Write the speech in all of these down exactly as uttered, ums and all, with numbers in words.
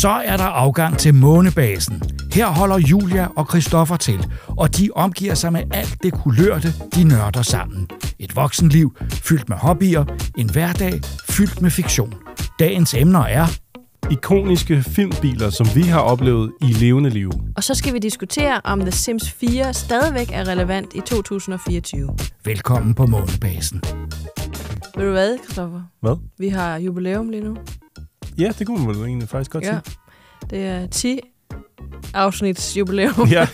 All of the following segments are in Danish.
Så er der afgang til månebasen. Her holder Julia og Christoffer til, og de omgiver sig med alt det kulørte, de nørder sammen. Et voksenliv fyldt med hobbyer, en hverdag fyldt med fiktion. Dagens emner er ikoniske filmbiler, som vi har oplevet i levende liv. Og så skal vi diskutere, om The Sims fire stadigvæk er relevant i to tusind og fireogtyve. Velkommen på månebasen. Ved du hvad, Christoffer? Hvad? Vi har jubilæum lige nu. Ja, det kunne man vel egentlig faktisk godt ja. sige. Det er ti afsnits jubilæum. Ja.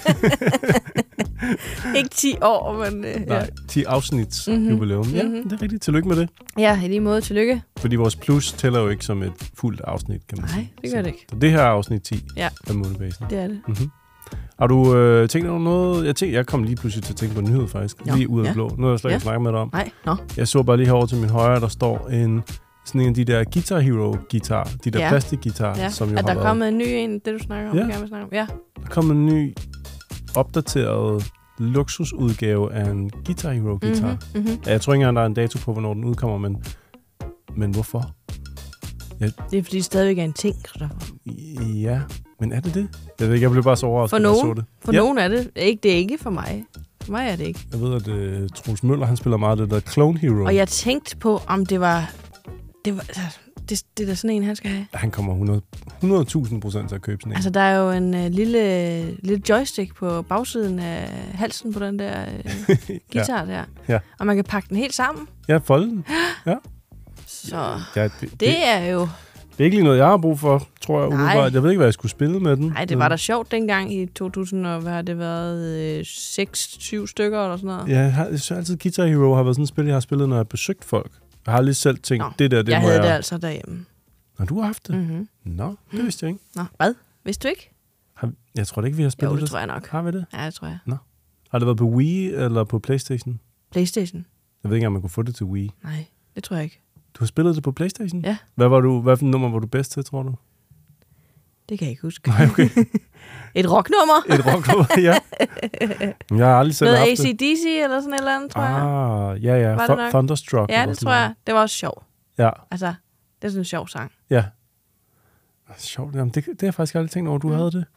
Ikke ti år, men... Øh, Nej, ja. ti afsnits mm-hmm. jubilæum. Ja, mm-hmm. det er rigtigt. Tillykke med det. Ja, i lige måde. Tillykke. Fordi vores plus tæller jo ikke som et fuldt afsnit, kan man Nej, sige. det gør det ikke. Så det her er afsnit ti ja. af Månebasen. Det er det. Mm-hmm. Har du øh, tænkt over noget? Jeg, tænkte, jeg kom lige pludselig til at tænke på en nyhed, faktisk. Jo. Lige ud af ja. blå. Nu har jeg slet ikke ja. snakket med dig om. Nej, nå. Jeg så bare lige herovre til min højre, der står en... Sådan en af de der Guitar Hero-guitar, de der ja. plastikguitar, ja. som jo er har der været... kommet en ny en, det du snakker om? Ja. Kan jeg snakke om? Ja. Der er kommet en ny, opdateret luksusudgave af en Guitar Hero-guitar. Mm-hmm. Mm-hmm. Jeg tror ikke engang, der er en dato på, hvornår den udkommer, men, men hvorfor? Jeg... Det er fordi, det stadigvæk er en ting, Christoffer. Ja, men er det det? Jeg ved ikke, jeg blev bare så overrasket, for nogen, jeg så det. For ja. nogen er det. Ikke, det er ikke for mig. For mig er det ikke. Jeg ved, at uh, Troels Møller, han spiller meget det der Clone Hero. Og jeg tænkte på, om det var... Det, var, det, det er da sådan en, han skal have. Han kommer hundrede tusind procent til at købe sådan en. Altså, der er jo en uh, lille, lille joystick på bagsiden af halsen på den der uh, guitar ja. der. Ja. Og man kan pakke den helt sammen. Ja, folde den. Ja. Så ja, det, det, det er jo... Det er ikke lige noget, jeg har brug for, tror jeg. Umiddelbart. Jeg ved ikke, hvad jeg skulle spille med den. Nej, det var da sjovt dengang i to tusind, og hvad har det været? seks syv stykker eller sådan noget? Ja, jeg, har, jeg synes altid, Guitar Hero har været sådan et spil, jeg har spillet, når jeg har besøgt folk. Jeg har aldrig selv tænkt, Nå, det der, det jeg må jeg... Jeg havde det altså derhjemme. Nå, du har haft det? Mm-hmm. Nå, det vidste jeg ikke. Nå, hvad? Vidste du ikke? Har, jeg tror da ikke, vi har spillet det. Jo, det tror jeg nok. Har vi det? Ja, det tror jeg. Nå. Har det været på Wii eller på PlayStation? PlayStation. Jeg ved ikke, om man kunne få det til Wii. Nej, det tror jeg ikke. Du har spillet det på PlayStation? Ja. Hvad var du, hvad for nummer var du bedst til, tror du? Det kan jeg ikke huske. Nej, okay. Et rocknummer? Et rocknummer, ja. Jeg har aldrig selv noget haft A C D C eller sådan et eller andet, tror jeg. Ah, ja, ja. Th- Thunderstruck. Ja, det tror jeg. Noget. Det var også sjovt. Ja. Altså, det er sådan en sjov sang. Ja. Sjovt. Jamen, det, det har jeg faktisk aldrig tænkt over, du mm. havde det.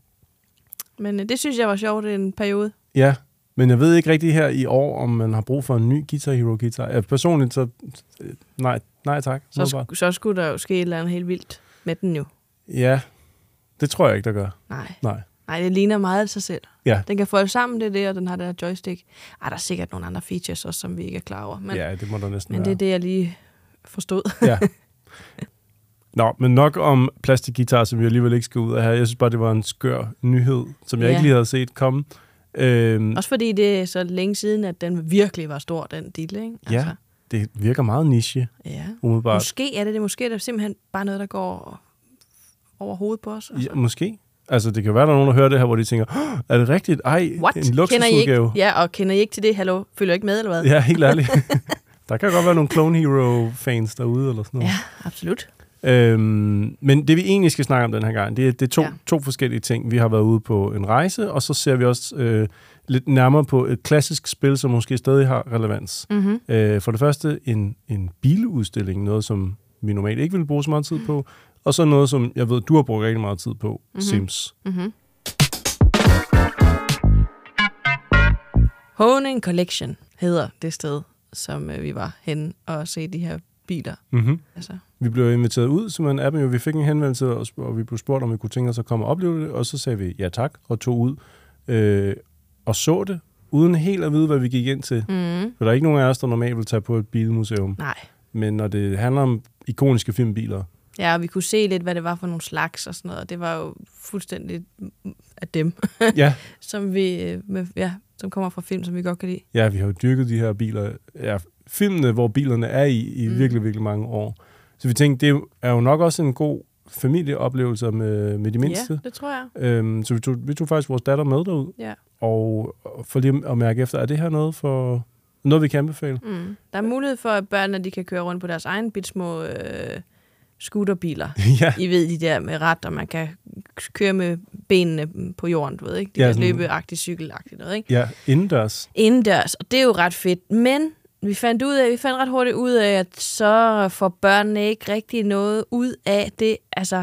Men øh, det synes jeg var sjovt i en periode. Ja, men jeg ved ikke rigtig her i år, om man har brug for en ny Guitar Hero-guitar. Ja, personligt, så nej, nej tak. Så, sk- så skulle der jo ske et eller andet helt vildt med den jo. Ja, det tror jeg ikke, der gør. Nej. Nej. Nej, det ligner meget sig selv. Ja. Den kan folde sammen, det er det, og den har der joystick. Ej, der er sikkert nogle andre features også, som vi ikke er klar over. Men, ja, det må der næsten men være. Men det er det, jeg lige forstod. Ja. Nå, men nok om plastikguitar, som vi alligevel ikke skal ud af her. Jeg synes bare, det var en skør nyhed, som jeg ja. ikke lige havde set komme. Øhm, også fordi det er så længe siden, at den virkelig var stor, den dille, ikke? Altså. Ja, det virker meget niche, ja. umiddelbart. Måske er det det. Måske er det simpelthen bare noget, der går over hovedet på os. Altså. Ja, måske. Altså, det kan være, der er nogen, der hører det her, hvor de tænker, oh, er det rigtigt? Ej, What? En luksusudgave. Ja, og kender I ikke til det? Hallo, følger I ikke med, eller hvad? Ja, helt ærligt. Der kan godt være nogle Clone Hero-fans derude, eller sådan noget. Ja, absolut. Øhm, men det, vi egentlig skal snakke om den her gang, det er, det er to, ja. to forskellige ting. Vi har været ude på en rejse, og så ser vi også øh, lidt nærmere på et klassisk spil, som måske stadig har relevans. Mm-hmm. Øh, for det første en, en biludstilling, noget som vi normalt ikke vil bruge så meget tid på, og så noget, som jeg ved, du har brugt rigtig meget tid på, mm-hmm. Sims. Mm-hmm. Honing Collection hedder det sted, som øh, vi var henne og se de her biler. Mm-hmm. Altså. Vi blev inviteret ud, som en appen jo. Vi fik en henvendelse, og vi blev spurgt, om vi kunne tænke os at komme og opleve det, og så sagde vi ja tak, og tog ud øh, og så det, uden helt at vide, hvad vi gik ind til. Mm. For der er ikke nogen af os, der normalt vil tage på et bilmuseum. Nej. Men når det handler om ikoniske filmbiler. Ja, og vi kunne se lidt, hvad det var for nogle slags og sådan noget, og det var jo fuldstændig af dem, ja. som vi, med, ja, som kommer fra film, som vi godt kan lide. Ja, vi har jo dyrket de her biler, ja, filmene, hvor bilerne er i, i mm. virkelig, virkelig mange år. Så vi tænkte, det er jo nok også en god familieoplevelse med, med de mindste. Ja, det tror jeg. Øhm, så vi tog, vi tog faktisk vores datter med derud. Ja. Og for lige at mærke efter, er det her noget for noget, vi kan anbefale? Mm. Der er mulighed for, at børnene de kan køre rundt på deres egen bitsmå øh, scooterbiler. ja. I ved, de der med rat, og man kan køre med benene på jorden, du ved ikke? De ja, der sådan... løbeagtige, cykelagtige noget, ikke? Ja, indendørs. Indendørs, og det er jo ret fedt. Men vi fandt ud af, vi fandt ret hurtigt ud af, at så får børnene ikke rigtig noget ud af det. Altså,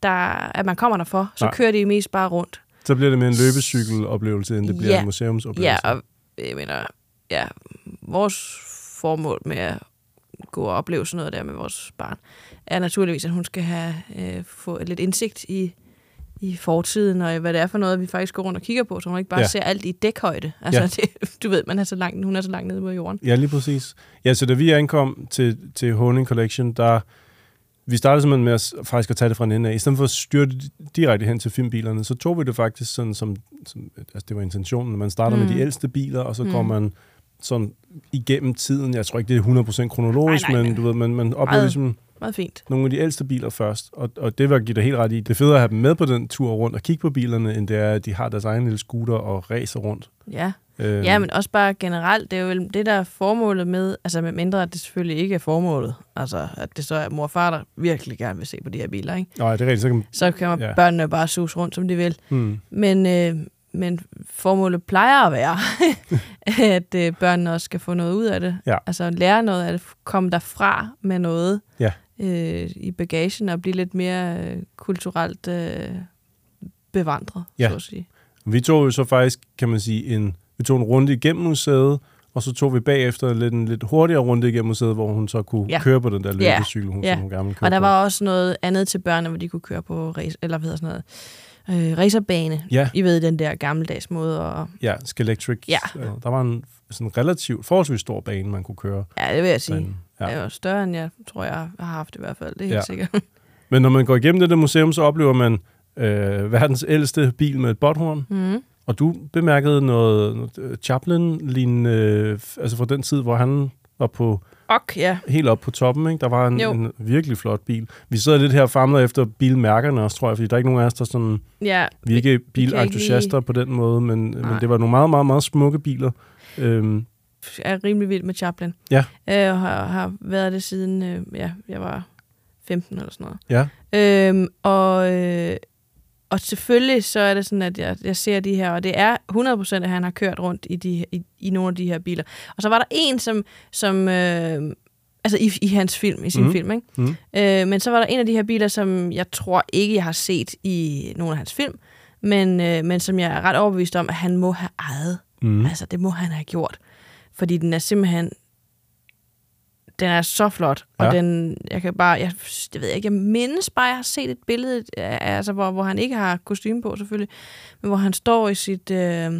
der, at man kommer derfor. Så Nej. kører de mest bare rundt. Så bliver det mere en løbecykeloplevelse, end det bliver Ja. en museumsoplevelse. Ja, og jeg mener, ja, vores formål med at gå og opleve sådan noget der med vores barn, er naturligvis, at hun skal have øh, få lidt indsigt i, i fortiden, og hvad det er for noget, vi faktisk går rundt og kigger på, så hun ikke bare Ja. ja. ser alt i dækhøjde. Altså, Ja. det, du ved, man er så langt, hun er så langt nede på jorden. Ja, lige præcis. Ja, så da vi ankom til, til Honing Collection, der vi startede simpelthen med at, faktisk at tage det fra en ende af. I stedet for at styrte direkte hen til filmbilerne, så tog vi det faktisk sådan, som, som altså det var intentionen. Man starter mm. med de ældste biler, og så mm. går man sådan igennem tiden. Jeg tror ikke, det er hundrede procent kronologisk, nej, nej, men du ved, man, man oplever ligesom meget fint. nogle af de ældste biler først. Og, og det var at give dig helt ret i. Det er federe at have dem med på den tur rundt og kigge på bilerne, end det er, at de har deres egen lille scooter og racer rundt. Ja. Øhm. Ja, men også bare generelt, det er jo vel det, der er formålet med, altså med mindre, at det selvfølgelig ikke er formålet, altså at det så er mor og far, der virkelig gerne vil se på de her biler, ikke? Nej, det er rigtigt. Så kan, så kan man, ja. børnene bare sus rundt, som de vil. hmm. Men, øh, men formålet plejer at være, at øh, børnene også skal få noget ud af det. Ja. Altså lære noget af det, komme derfra med noget Ja. øh, i bagagen, og blive lidt mere øh, kulturelt øh, bevandret, Ja. så at sige. Vi tog jo så faktisk, kan man sige, en, vi tog en runde igennem museet, og så tog vi bagefter lidt, en lidt hurtigere runde igennem museet, hvor hun så kunne Ja. køre på den der Ja. løbecykel, hun, Ja. som hun gerne ville køre Og der på. var også noget andet til børnene, hvor de kunne køre på race, eller hvad hedder sådan noget, øh, racerbane. Ja. I ved, den der gammeldags måde. Og, Ja, Skelectric. Ja. Der var en sådan relativt, forholdsvis stor bane, man kunne køre. ja, det vil jeg sige. derinde. Ja. Ja. Det var større, end jeg tror, jeg har haft i hvert fald. Det er helt Ja. sikkert. Men når man går igennem det der museum, så oplever man øh, verdens ældste bil med et botthorn. Mm. Og du bemærkede noget, noget Chaplin-lignende, øh, altså fra den tid, hvor han var på Ok, ja. helt op på toppen, ikke? Der var en, en virkelig flot bil. Vi sidder lidt her og famler efter bilmærkerne også, tror jeg, fordi der er ikke nogen af os, der sådan... Ja, Vi er ikke vi bilentusiaster ikke på den måde, men, men det var nogle meget, meget, meget smukke biler. Øhm, jeg er rimelig vild med Chaplin. Ja. Jeg har, har været det siden, øh, ja, jeg var femten eller sådan noget. ja, Øhm, og, øh, og selvfølgelig så er det sådan, at jeg, jeg ser de her, og det er hundrede procent, at han har kørt rundt i, de, i, i nogle af de her biler. Og så var der en, som, som øh, altså i, i hans film, i sin Mhm. film, ikke? Mhm. Øh, men så var der en af de her biler, som jeg tror ikke, jeg har set i nogle af hans film, men, øh, men som jeg er ret overbevist om, at han må have ejet. mm. Altså, det må han have gjort. Fordi den er simpelthen... Den er så flot, og Ja. den, jeg kan bare, jeg, jeg ved ikke, jeg mindes bare, jeg har set et billede, af- altså, hvor, hvor han ikke har kostume på, selvfølgelig, men hvor han står i sit... Øh,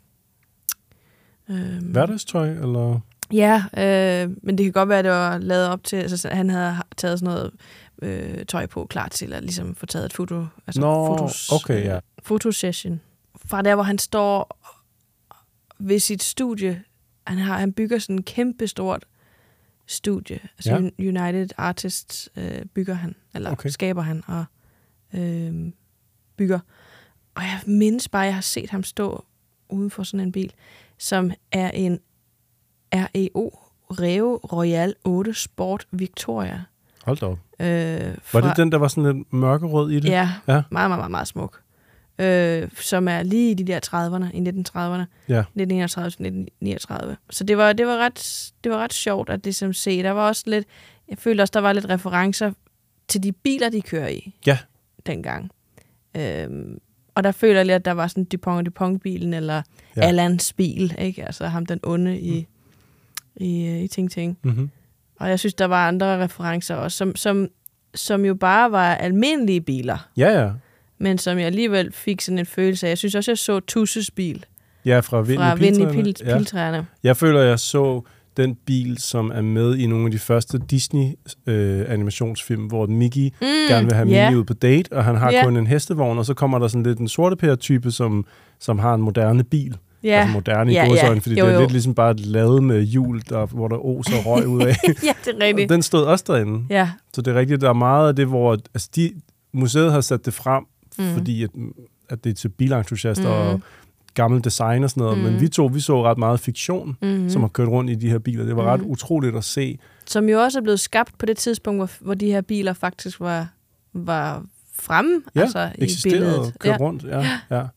øh, Hverdagstøj, eller... Ja, øh, men det kan godt være, at det var lavet op til, altså han havde taget sådan noget øh, tøj på, klar til at ligesom få taget et foto, altså Nå, fotos, okay, ja. øh, fotosession. Fra der, hvor han står ved sit studie, han, har, han bygger sådan en kæmpe stort studie, altså Ja. ja. United Artists øh, bygger han, eller Okay. okay. skaber han og øh, bygger. Og jeg mindes bare, at jeg har set ham stå uden for sådan en bil, som er en R E O Revo Royal otte Sport Victoria. Hold da op. Øh, Var det den, der var sådan lidt mørkerød i det? Ja, Ja. meget, meget, meget, meget smuk. Øh, som er lige i de der trediverne, i nitten trediverne. Ja. nitten enogtredive til nitten niogtredive. Så det var, det var, ret, det var ret sjovt at ligesom se. Der var også lidt, jeg følte også, der var lidt referencer til de biler, de kører i. Ja. Dengang. Øhm, og der føler jeg lidt, at der var sådan Dupont og Dupont-bilen, eller Ja. ja. Allans bil, ikke? Altså ham den onde i, mm. i, i Ting Ting. Mm-hmm. Og jeg synes, der var andre referencer også, som, som, som jo bare var almindelige biler, Ja, ja. men som jeg alligevel fik sådan en følelse af. Jeg synes også, jeg så Tusses bil Ja, fra Vind fra i Vind i Piltræerne. pil, Ja. Piltræerne. Jeg føler, jeg så den bil, som er med i nogle af de første Disney-animationsfilm, øh, hvor Mickey Mm, gerne vil have Minnie ja. ud på date, og han har Ja. kun en hestevogn, og så kommer der sådan lidt en sorte pære-type, som, som har en moderne bil. Ja. Altså moderne i Ja, godsøjne, ja. fordi Jo, det er jo. lidt ligesom bare et lade med hjul, der, hvor der oser røg ud af. Ja, det er rigtigt. Den stod også derinde. Ja. Så det er rigtigt, der er meget af det, hvor altså de, museet har sat det frem, Mm. fordi at, at det er til bilentusiaster Mm. og gammel design og sådan noget, Mm. men vi to, vi så ret meget fiktion, Mm-hmm. som har kørt rundt i de her biler. Det var Mm. ret utroligt at se. Som jo også er blevet skabt på det tidspunkt, hvor, hvor de her biler faktisk var, var fremme Ja, altså, i eksisterede billedet. og kørte rundt. Ja, ja.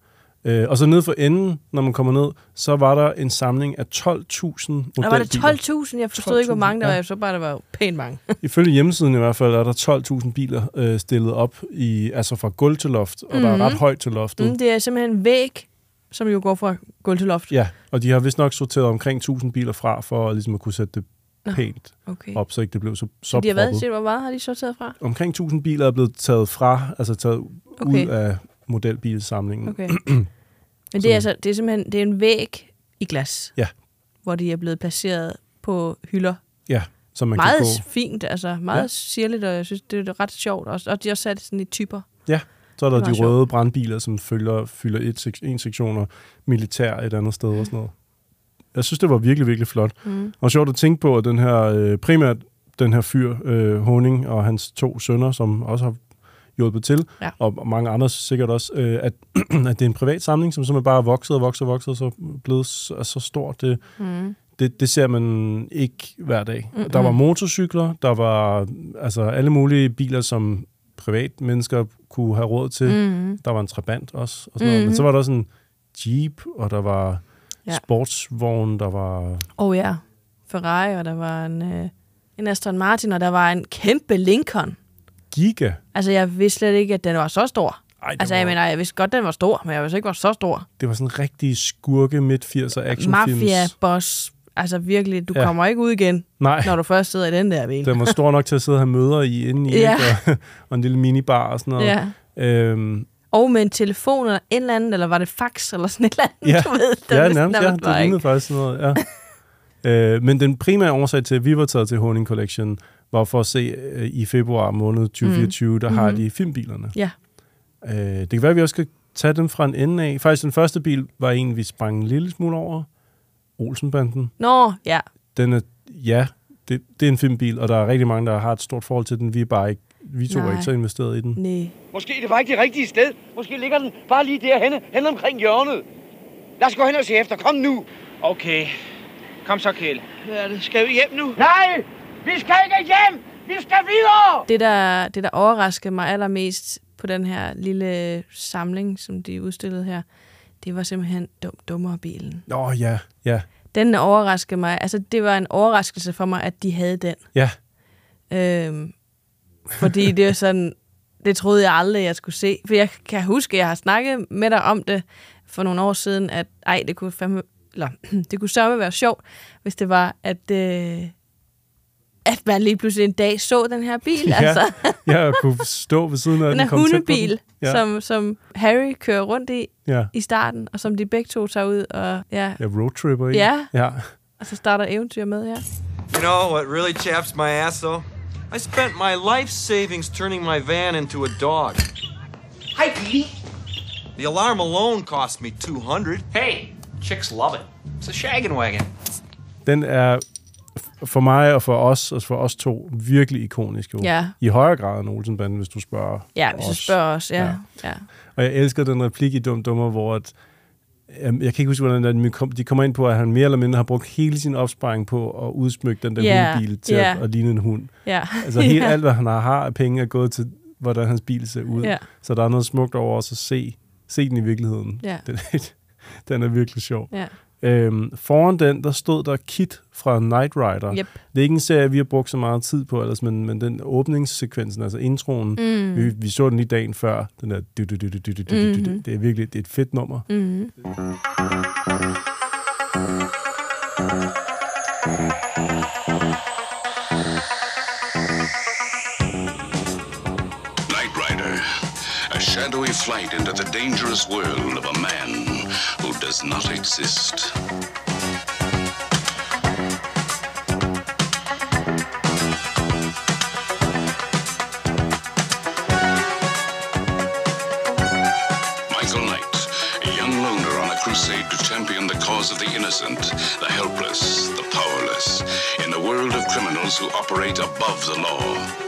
Øh, og så ned for enden, når man kommer ned, så var der en samling af tolv tusind modelbiler. Og var det tolv tusind? Jeg forstod ikke, hvor mange der var. Ja. Jeg så bare, der var pænt mange. Ifølge hjemmesiden i hvert fald, er der tolv tusind biler øh, stillet op, i, altså fra gulv til loft, og mm-hmm. der er ret højt til loftet. Mm, det er simpelthen en væg, som jo går fra gulv til loft. Ja, og de har vist nok sorteret omkring tusind biler fra, for ligesom at kunne sætte det pænt okay. op, så ikke det blev så, så, så de har proppet. været, set, hvor meget har de sorteret fra? Omkring tusind biler er blevet taget fra, altså taget okay. ud af modelbilsamlingen. Okay. Men det er, altså, det er simpelthen det er en væg i glas, ja. hvor de er blevet placeret på hylder. Ja, så man meget kan gå... fint, altså meget ja. sirligt, og jeg synes, det er ret sjovt. Også. Og de har sat sådan i typer. Ja, så er der de røde sjovt. brandbiler, som følger, fylder et, en sektion, og militær et andet sted og sådan noget. Jeg synes, det var virkelig, virkelig flot. Mm. Og sjovt at tænke på, at den her, øh, primært den her fyr, øh, Honing, og hans to sønner, som også har hjulpet til, ja. og mange andre sikkert også, øh, at, at det er en privat samling, som simpelthen bare er vokset og vokset og vokset, og så blevet så, så stort. Det, mm. det, det ser man ikke hver dag. Mm-hmm. Der var motorcykler, der var altså alle mulige biler, som privat mennesker kunne have råd til. Mm-hmm. Der var en Trabant også, og sådan mm-hmm. noget. Men så var der også en Jeep, og der var ja. sportsvogn, der var... Åh oh, ja, Ferrari, og der var en, øh, en Aston Martin, og der var en kæmpe Lincoln. Giga. Altså, jeg vidste slet ikke, at den var så stor. Ej, altså, var... jeg mener, jeg vidste godt, at den var stor, men jeg vidste ikke, at den var så stor. Det var sådan en rigtig skurke midt-firser actionfilms. Mafia-boss. Altså virkelig, du ja. kommer ikke ud igen, Nej. når du først sidder i den der bil. Den var stor nok til at sidde og have møder i inden i, ja. og, og en lille minibar og sådan noget. Ja. Øhm. Og med en telefon eller en eller anden, eller var det fax eller sådan et eller andet, ja. du ved. Ja, nærmest, ja. Det lignede faktisk sådan noget, ja. øh, men den primære årsag til, at vi var taget til Honing Collection, var for at se øh, i februar måned tyve fireogtyve, mm. der mm-hmm. har de filmbilerne. Ja. Øh, det kan være, at vi også skal tage dem fra en ende af. Faktisk den første bil var en, vi sprang en lille smule over. Olsenbanden. Nå, ja. Den er, ja, det, det er en filmbil, og der er rigtig mange, der har et stort forhold til den. Vi er bare ikke, vi to er ikke så investeret i den. Nej. Måske det var ikke det rigtige sted. Måske ligger den bare lige derhenne, hen omkring hjørnet. Lad os gå hen og se efter. Kom nu. Okay. Kom så, Kjell. Hvad er det? Skal vi hjem nu? Nej! Vi skal ikke hjem! Vi skal videre! Det, der, det, der overraskede mig allermest på den her lille samling, som de udstillede her, det var simpelthen dum, dummerbilen. Åh, oh, ja, ja. Den overraskede mig. Altså, det var en overraskelse for mig, at de havde den. Ja. Øhm, fordi det er sådan, det troede jeg aldrig, jeg skulle se. For jeg kan huske, at jeg har snakket med dig om det for nogle år siden, at ej, det kunne fandme, eller, det kunne sørme være sjovt, hvis det var, at, øh, at man lige pludselig en dag så den her bil. Ja, altså. jeg kunne stå ved siden af den. Den her hundebil, ja. som, som Harry kører rundt i ja. i starten, og som de begge to tager ud og ja, ja roadtripper i. Ja. ja, og så starter eventyr med her. You know what really chaps my ass, though? I spent my life savings turning my van into a dog. Hej, Billy. The alarm alone cost me two hundred. Hey, chicks love it. It's a shaggin' wagon. Den er for mig og for os, og for os to, virkelig ikonisk. Jo. Ja. I højere grad end Olsenbanden, hvis du spørger Ja, hvis os. du spørger os, ja. ja. ja. Og jeg elsker den replik i Dum Dummer, hvor at, jeg kan ikke huske, hvordan de kommer ind på, at han mere eller mindre har brugt hele sin opsparing på at udsmykke den der yeah. hundbil til yeah. at, at ligne en hund. Yeah. Altså helt yeah. alt, hvad han har, har af penge, er gået til, hvordan hans bil ser ud. Yeah. Så der er noget smukt over os at se, se den i virkeligheden. Yeah. Den, den er virkelig sjov. Yeah. Øhm, foran den, der stod der Kit fra Knight Rider. Yep. Det er ikke en serie, vi har brugt så meget tid på, ellers, men, men den åbningssekvensen, altså introen, mm. vi, vi så den lige dagen før, den der du, du, du, du, du, du, mm-hmm. du, det er virkelig det er et fedt nummer. Mm-hmm. Knight Rider, a shadowy flight into the dangerous world of a man who does not exist. Michael Knight, a young loner on a crusade to champion the cause of the innocent, the helpless, the powerless, in a world of criminals who operate above the law.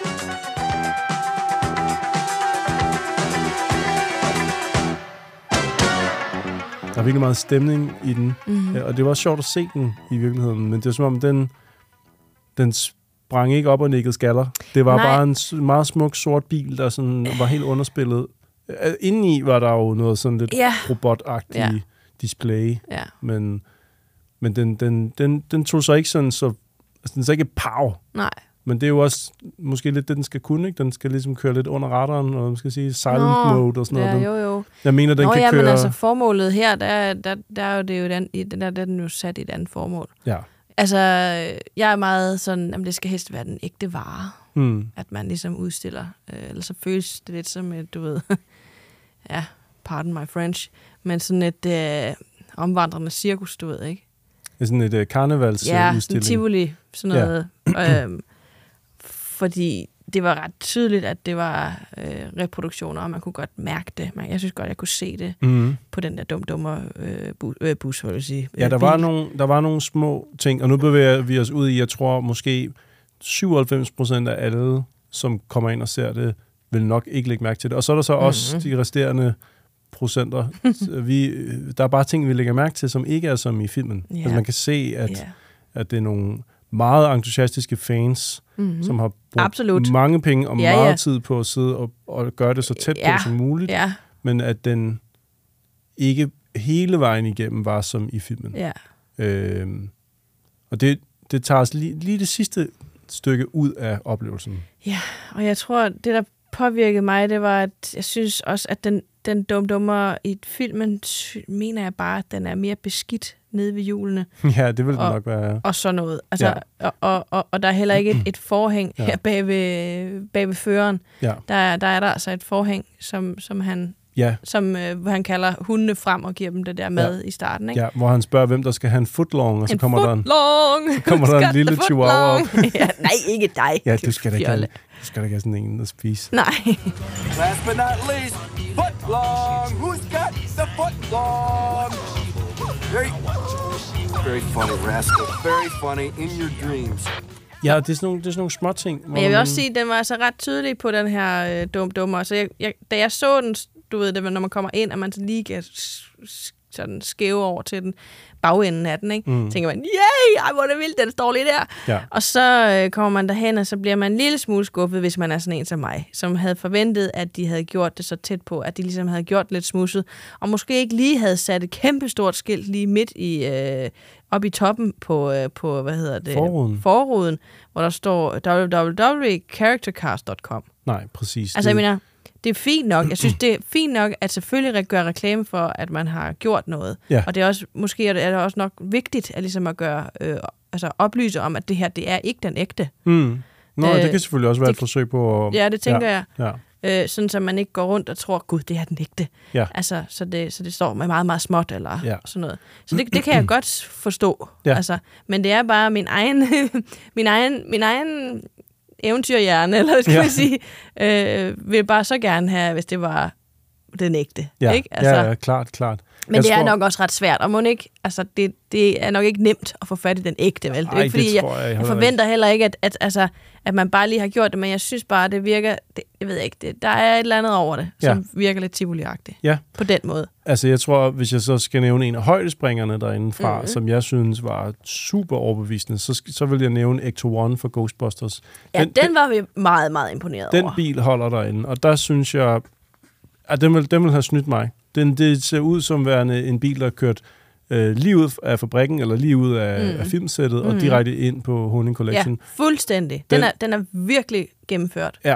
Der er virkelig meget stemning i den, mm-hmm. og det var også sjovt at se den i virkeligheden, men det var som om, den, den sprang ikke op og nikkede skaller. Det var Nej. bare en meget smuk sort bil, der sådan var helt underspillet Uh, indeni var der jo noget sådan lidt Ja. robotagtigt Ja. display, Ja. men, men den, den, den, den tog sig ikke sådan så... Altså, den er ikke pow. Nej. Men det er jo også måske lidt det, den skal kunne, ikke? Den skal ligesom køre lidt under radaren, og man skal sige silent Nå, mode og sådan noget. Ja, Den, jo, jo. jeg mener, den Nå, kan ja, køre... men altså formålet her, der, der, der er jo det jo den, i den der, der er den jo sat i et andet formål. Ja. Altså, jeg er meget sådan, at det skal helst være den ægte vare, Hmm. at man ligesom udstiller. Øh, eller så føles det lidt som et, du ved, ja, pardon my French, men sådan et øh, omvandrende cirkus, du ved, ikke? Det er sådan et uh, karnevalsudstilling. Ja, sådan Tivoli, sådan noget. Ja. øhm, fordi det var ret tydeligt, at det var øh, reproduktioner, og man kunne godt mærke det. Man, jeg synes godt, jeg kunne se det Mm. på den der dum-dummer øh, bu, øh, bus, vil jeg sige. Ja, der øh, var, bil. nogle, der var nogle små ting, og nu bevæger vi os ud i, jeg tror måske syvoghalvfems procent af alle, som kommer ind og ser det, vil nok ikke lægge mærke til det. Og så er der så også Mhm. de resterende procenter. vi, der er bare ting, vi lægger mærke til, som ikke er som i filmen. Ja. Altså man kan se, at, Ja. at det er nogle meget entusiastiske fans, Mhm. som har brugt Absolut. mange penge og Ja, meget ja. tid på at sidde og, og gøre det så tæt Ja. på som muligt, Ja, men at den ikke hele vejen igennem var som i filmen. ja. Øhm, og det, det tager os lige, lige det sidste stykke ud af oplevelsen. Ja, og jeg tror, det der påvirkede mig, det var, at jeg synes også, at den, den dum-dummer i filmen, sy- mener jeg bare, at den er mere beskidt nede ved hjulene. Ja, det vil det Og- nok være. Og sådan noget. Altså, Ja. og, og, og, og der er heller ikke et, et forhæng Ja. her bag ved, bag ved føreren. Ja, Der, er- der er der altså et forhæng, som, som han, ja, som, øh, hvor han kalder hundene frem og giver dem det der mad ja. i starten. Ikke? ja, hvor han spørger, hvem der skal have en footlong, og så en kommer der en... footlong! så kommer der en Skal lille the chihuahua op. footlong? Ja, nej, ikke dig. Ja, du skal da ikke fjolle. have, du skal da ikke have sådan en at spise. Nej. Last but not least, footlong. Who's got the footlong? Very, very funny, rascal. Very funny in your dreams. Ja, det er sådan nogle, det er sådan nogle små ting. Men jeg vil også sige, at den var altså ret tydelig på den her øh, dum-dummer. Så jeg, jeg, da jeg så den, du ved det, når man kommer ind, at man så lige kan s- s- sådan skæve over til den bagenden af den, ikke? Mm. Tænker man, yay, ej, hvor er det vildt, den står lige der. Ja. Og så øh, kommer man derhen, og så bliver man en lille smule skuffet, hvis man er sådan en som mig, som havde forventet, at de havde gjort det så tæt på, at de ligesom havde gjort lidt smudset, og måske ikke lige havde sat et kæmpestort skilt lige midt i, øh, op i toppen på, øh, på hvad hedder det? Forruden. Forruden, hvor der står w w w punktum charactercast punktum com. Nej, præcis. Altså, jeg det, mener, det er fint nok. Jeg synes, det er fint nok, at selvfølgelig gøre reklame for, at man har gjort noget. Ja. Og det er også, måske er det, er det også nok vigtigt at, ligesom at gøre, øh, altså oplyse om, at det her, det er ikke den ægte. Mm. Nå, øh, det kan selvfølgelig også være det- et forsøg på at... Ja, det tænker ja, jeg. Ja. Øh, sådan, så man ikke går rundt og tror, gud, det er den ægte. Ja. Altså, så det, så det står med meget, meget småt, eller Ja. sådan noget. Så det, det kan jeg godt forstå. Ja. Altså, men det er bare min egen, min egen, min egen eventyrhjerne, eller hvad skal Ja. man sige, øh, vil bare så gerne have, hvis det var den ægte. Ja, ikke? Altså, ja, ja, klart, klart. men Jeg det er tror- nok også ret svært, og må ikke, altså, det, det er nok ikke nemt at få fat i den ægte, vel? Det er Ej, ikke, fordi det jeg, tror jeg jeg, heller forventer heller ikke, at, at, altså, at man bare lige har gjort det, men jeg synes bare, det virker, det, jeg ved ikke, det, der er et eller andet over det, Ja. som virker lidt tivoli-agtigt. Ja. På den måde. Altså, jeg tror, hvis jeg så skal nævne en af højdespringerne derinde fra, Mhm. som jeg synes var super overbevisende, så, sk- så vil jeg nævne Ecto One for Ghostbusters. Ja, den, den var vi meget, meget imponeret Den over. bil holder derinde, og der synes jeg, at den vil, den vil have snydt mig. Den, det ser ud som værende en bil, der er kørt øh, lige ud af fabrikken, eller lige ud af, Mm. af filmsættet, og Mm. direkte ind på Honing Collection. Ja, fuldstændig. Den, Den- er, den er virkelig gennemført. Ja.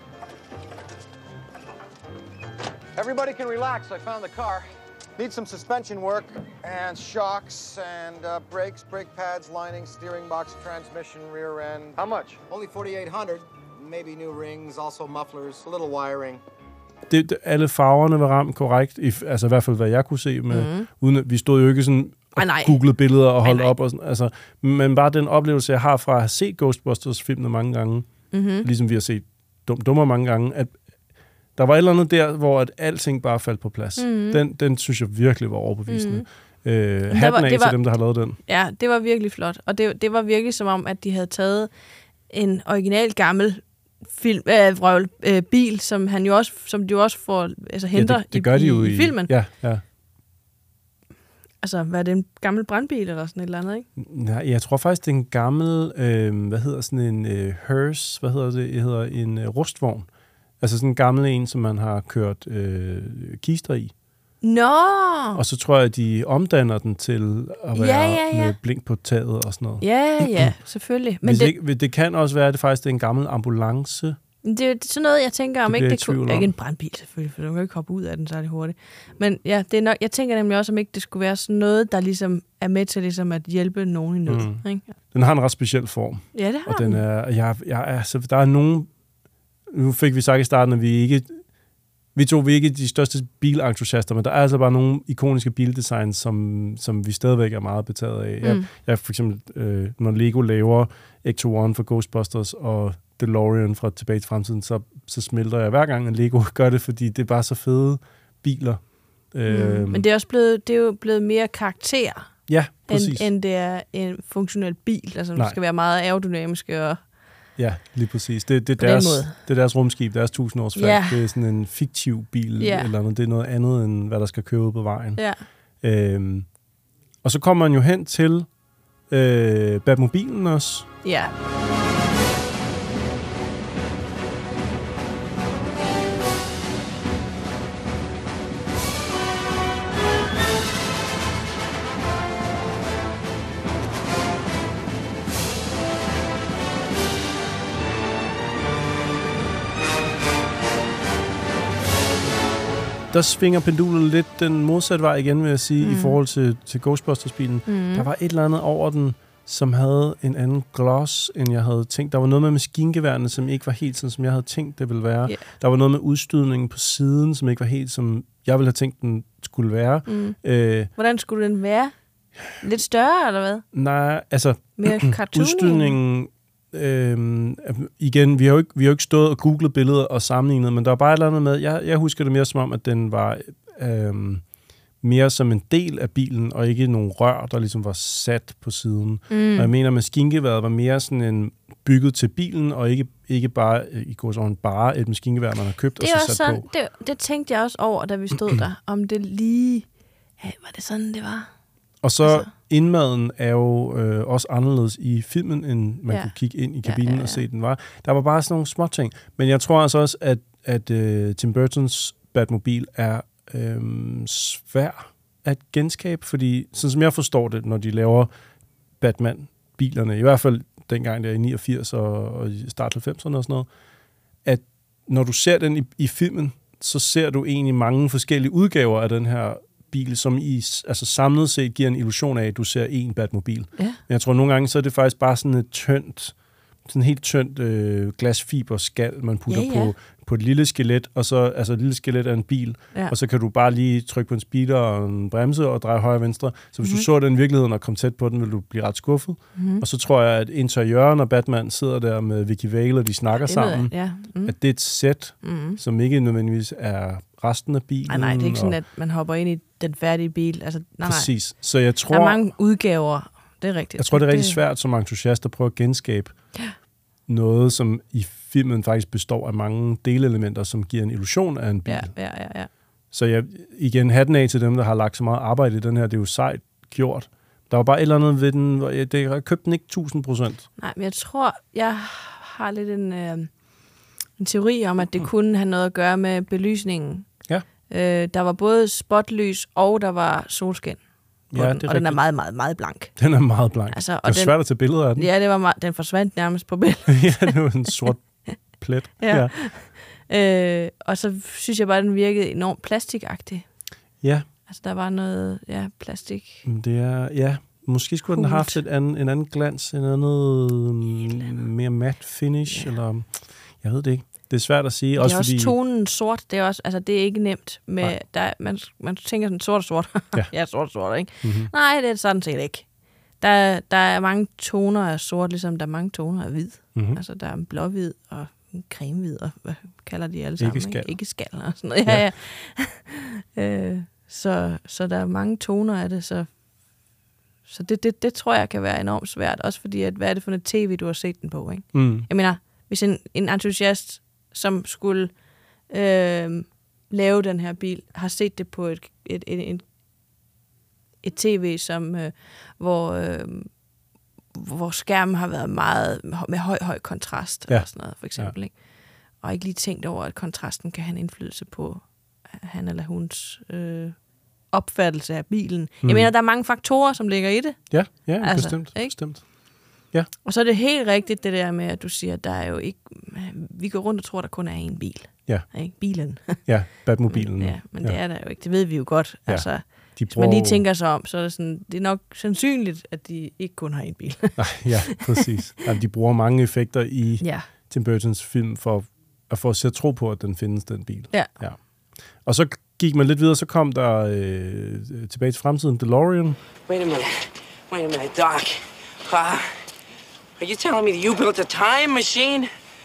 Everybody can relax. I found the car. Need some suspension work and shocks and uh, brakes, brake pads, lining, steering box, transmission, rear end. How much? Only forty-eight hundred. Maybe new rings, also mufflers, a little wiring. Det, det, alle farverne var ramt korrekt, i, altså i hvert fald, hvad jeg kunne se med, Mhm. uden at vi stod jo ikke sådan og Ej, nej. googlede billeder og holdt Nej, nej. op, og sådan, altså, men bare den oplevelse, jeg har fra at have set Ghostbusters-filmene mange gange, Mm-hmm. ligesom vi har set Dum Dummer mange gange, at der var et eller andet der, hvor at alting bare faldt på plads. Mhm. Den, den synes jeg virkelig var overbevisende. Mhm. Øh, var- hatten af det til var- dem, der har lavet den. Ja, det var virkelig flot. Og det, det var virkelig som om, at de havde taget en original gammel film, øh, vrøvl, øh, bil, som han jo også, som de jo også får, altså henter ja, det, det i, gør de jo i, i filmen. Ja, ja. Altså, hvad er det, en gammel brandbil eller sådan et eller andet, ikke? Nej, jeg tror faktisk, det er en gammel, øh, hvad hedder sådan en øh, hearse, hvad hedder det, det hedder en øh, rustvogn. Altså sådan en gammel en, som man har kørt øh, kister i. Nå! Og så tror jeg, at de omdanner den til at være ja, ja, ja. med blink på taget og sådan noget. Ja, ja, selvfølgelig. Men Hvis det, ikke, det kan også være, at det faktisk er en gammel ambulance. det er jo sådan noget, jeg tænker, om Det ikke bliver det jeg i tvivl kunne... om. Ikke en brandbil selvfølgelig, for du kan jo ikke hoppe ud af den særlig hurtigt. Men ja, det er nok, jeg tænker nemlig også, om ikke det skulle være sådan noget, der ligesom er med til ligesom at hjælpe nogen i nød. Mm. Ikke? Den har en ret speciel form. Ja, det har Og den er, jeg, jeg, altså, der er nogen... Nu fik vi sagt i starten, at vi ikke... Vi to vi er ikke de største bilentusiaster, men der er altså bare nogle ikoniske bildesigns, som, som vi stadigvæk er meget betaget af. Mm. Jeg, jeg for eksempel, øh, når Lego laver Ecto One for Ghostbusters og DeLorean fra Tilbage til Fremtiden, så, så smelter jeg hver gang, at Lego gør det, fordi det er bare så fede biler. Mm. Øh, Men det er også blevet, det er jo blevet mere karakter, ja, end, end det er en funktionel bil. Altså, det skal være meget aerodynamisk og... Ja, lige præcis. Det, det, er På den deres, måde. det er deres rumskib, deres tusindårsflag. Ja. Det er sådan en fiktiv bil Ja. eller noget. Det er noget andet, end hvad der skal køre ud på vejen. Ja. Øhm, og så kommer man jo hen til øh, Batmobilen også. Ja. Der svinger pendulet lidt den modsatte vej igen, vil jeg sige, mm. i forhold til, til Ghostbusters-bilen. Mm. Der var et eller andet over den, som havde en anden gloss, end jeg havde tænkt. Der var noget med maskingeværerne, som ikke var helt sådan, som jeg havde tænkt, det ville være. Yeah. Der var noget med udstødningen på siden, som ikke var helt, som jeg ville have tænkt, den skulle være. Mm. Øh, Hvordan skulle den være? Lidt større, eller hvad? Nej, altså... Mere cartoony? Udstødningen... Øhm, igen, vi har, jo ikke, vi har jo ikke stået og googlet billeder og sammenlignet, men der var bare et eller andet med, jeg, jeg husker det mere som om, at den var øhm, mere som en del af bilen, og ikke nogle rør, der ligesom var sat på siden. Mm. Og jeg mener, at maskingeværet var mere sådan en bygget til bilen, og ikke, ikke bare, i går sådan, bare et maskingevær, man har købt det og så sat sådan, på. Det, det tænkte jeg også over, da vi stod der, om det lige... Hey, var det sådan, det var? Og så altså. Indmaden er jo øh, også anderledes i filmen, end man ja. kunne kigge ind i kabinen ja, ja, ja. og se, den var. Der var bare sådan nogle små ting. Men jeg tror altså også, at, at øh, Tim Burtons Batmobil er øh, svær at genskabe, fordi sådan som jeg forstår det, når de laver Batman-bilerne, i hvert fald dengang der i niogfirs og, og i start halvfemserne og sådan noget, at når du ser den i, i filmen, så ser du egentlig mange forskellige udgaver af den her bil, som i altså samlet set giver en illusion af, at du ser en Batmobil. Ja. Men jeg tror, nogle gange, så er det faktisk bare sådan et tyndt, sådan helt tyndt øh, glasfiberskal, man putter ja, ja. På, på et lille skelet, og så, altså et lille skelet af en bil, ja. Og så kan du bare lige trykke på en speeder og en bremse og dreje højre og venstre. Så hvis mm-hmm. du så den i virkeligheden og kom tæt på den, vil du blive ret skuffet. Mm-hmm. Og så tror jeg, at interiøren, når Batman sidder der med Vicky Vale, og de snakker ja, sammen, ja. Mm. at det er et sæt, mm-hmm. som ikke nødvendigvis er resten af bilen. Nej, nej, det er ikke sådan, at man hopper ind i den færdige bil. Altså, nej, præcis. Så jeg tror, der er mange udgaver. Det er rigtigt. Jeg tror, det er rigtig svært som entusiast at prøve at genskabe ja. Noget, som i filmen faktisk består af mange delelementer, som giver en illusion af en bil. Ja, ja, ja, ja. Så jeg, igen, hatten af til dem, der har lagt så meget arbejde i den her. Det er jo sejt gjort. Der var bare et eller andet ved den, hvor jeg, det, jeg købte den ikke tusind procent. Nej, men jeg tror, jeg har lidt en, øh, en teori om, at det kunne have noget at gøre med belysningen. Ja. Øh, der var både spotlys, og der var solskin. Ja, den, og den er meget, meget, meget blank. Den er meget blank. Altså, og det er den, svært at tage billeder af den. Ja, det var meget, den forsvandt nærmest på billedet. Ja, det var en sort plet. Ja. Ja. Øh, og så synes jeg bare, at den virkede enormt plastikagtig. Ja. Altså, der var noget, ja, plastik. Det er, ja, måske skulle Kult. Den have haft et anden, en anden glans, en andet mere matte finish, ja. Eller, jeg ved det ikke. Det er svært at sige. Det er også, også fordi tonen sort, det er også, altså det er ikke nemt. Med, der, man, man tænker sådan sort og sort. Ja, ja sort og sort, ikke? Mm-hmm. Nej, det er sådan set ikke. Der, der er mange toner af sort, ligesom der er mange toner af hvid. Mm-hmm. Altså der er en blåhvid og en cremehvid, og hvad kalder de alle sammen? Ikke skal. Ikke, ikke skal og sådan noget. Ja, ja. øh, så, så der er mange toner af det, så, så det, det, det tror jeg kan være enormt svært. Også fordi, at, hvad er det for et tv, du har set den på, ikke? Mm. Jeg mener, hvis en, en entusiast som skulle øh, lave den her bil, har set det på et, et, et, et, et tv, som, øh, hvor, øh, hvor skærmen har været meget med høj, høj kontrast, ja. Eller sådan noget, for eksempel. Ja. Ikke? og ikke lige tænkt over, at kontrasten kan have en indflydelse på han eller huns øh, opfattelse af bilen. Mm. Jeg mener, der er mange faktorer, som ligger i det. Ja, ja altså, bestemt. Ikke? bestemt. Ja. Og så er det helt rigtigt, det der med, at du siger, at der er jo ikke... Vi går rundt og tror, at der kun er én bil. Ja. Ikke? Bilen. Ja, Batmobilen. Ja, men ja. det er der jo ikke. Det ved vi jo godt. Ja. Altså, de hvis bruger... man lige tænker sig om, så er det, sådan, det er nok sandsynligt, at de ikke kun har en bil. Nej, ja, præcis. Jamen, de bruger mange effekter i ja. Tim Burtons film for at få os til at tro på, at den findes, den bil. Ja. ja. Og så gik man lidt videre, så kom der øh, tilbage til fremtiden, DeLorean. Wait a minute. Wait a minute, Doc. Uh, are you telling me that you built a time machine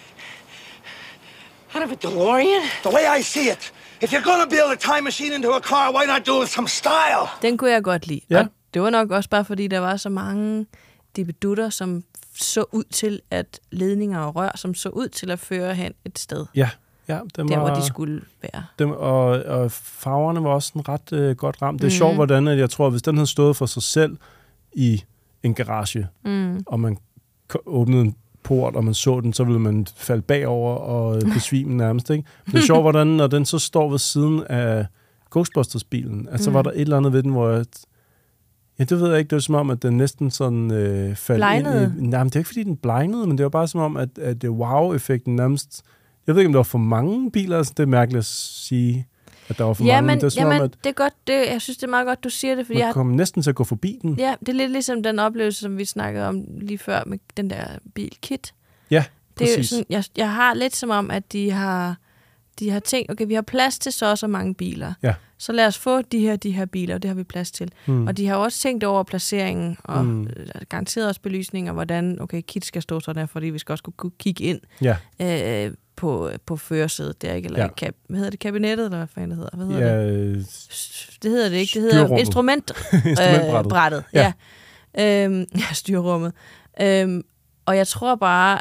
out of a DeLorean? The way I see it, if you're gonna build a time machine into a car, why not do it some style? Den kunne jeg godt lide. Ja. Og det var nok også bare, fordi der var så mange dippedutter, som så ud til, at ledninger og rør, som så ud til at føre hen et sted. Ja, ja dem der, var, hvor de skulle være. Dem, og, og farverne var også en ret øh, godt ramt. Det er mm. sjovt, hvordan at jeg tror, at hvis den havde stået for sig selv i en garage, mm. og man åbnede en port, og man så den, så ville man falde bagover og besvime nærmest. Ikke? Det er sjovt, hvordan når den så står ved siden af Ghostbusters-bilen, altså mm. var der et eller andet ved den, hvor jeg... Ja, det ved jeg ikke. Det var som om, at den næsten sådan øh, faldt Blegnede. ind i... Nej, men det er ikke, fordi den blegnede, men det var bare som om, at, at wow-effekten nærmest... Jeg ved ikke, om der var for mange biler. Altså, det er mærkeligt at sige, at der var for ja, mange. Men, det er som jamen, om, at det er godt. Det, jeg synes, det er meget godt, du siger det, fordi man jeg kom næsten til at gå forbi den. Ja, det er lidt ligesom den oplevelse, som vi snakkede om lige før med den der bil-kit. Ja, det er jo præcis. sådan, jeg, jeg har lidt som om, at de har, de har tænkt, okay, vi har plads til så og så mange biler. Ja. Så lad os få de her, de her biler, og det har vi plads til. Mm. Og de har også tænkt over placeringen, og Mm. garanteret også belysning, og hvordan, okay, kit skal stå sådan her, fordi vi skal også kunne kigge ind Ja. øh, på, på førersædet der, ikke? Eller Ja. kab, hvad hedder det, kabinettet, eller hvad fanden det hedder? Hvad hedder Ja, det? øh, Det hedder det ikke, det hedder styrrummet. instrument, Instrumentbrættet. øh, brættet, ja. Ja. Øhm, ja, styrrummet. Øhm, og jeg tror bare,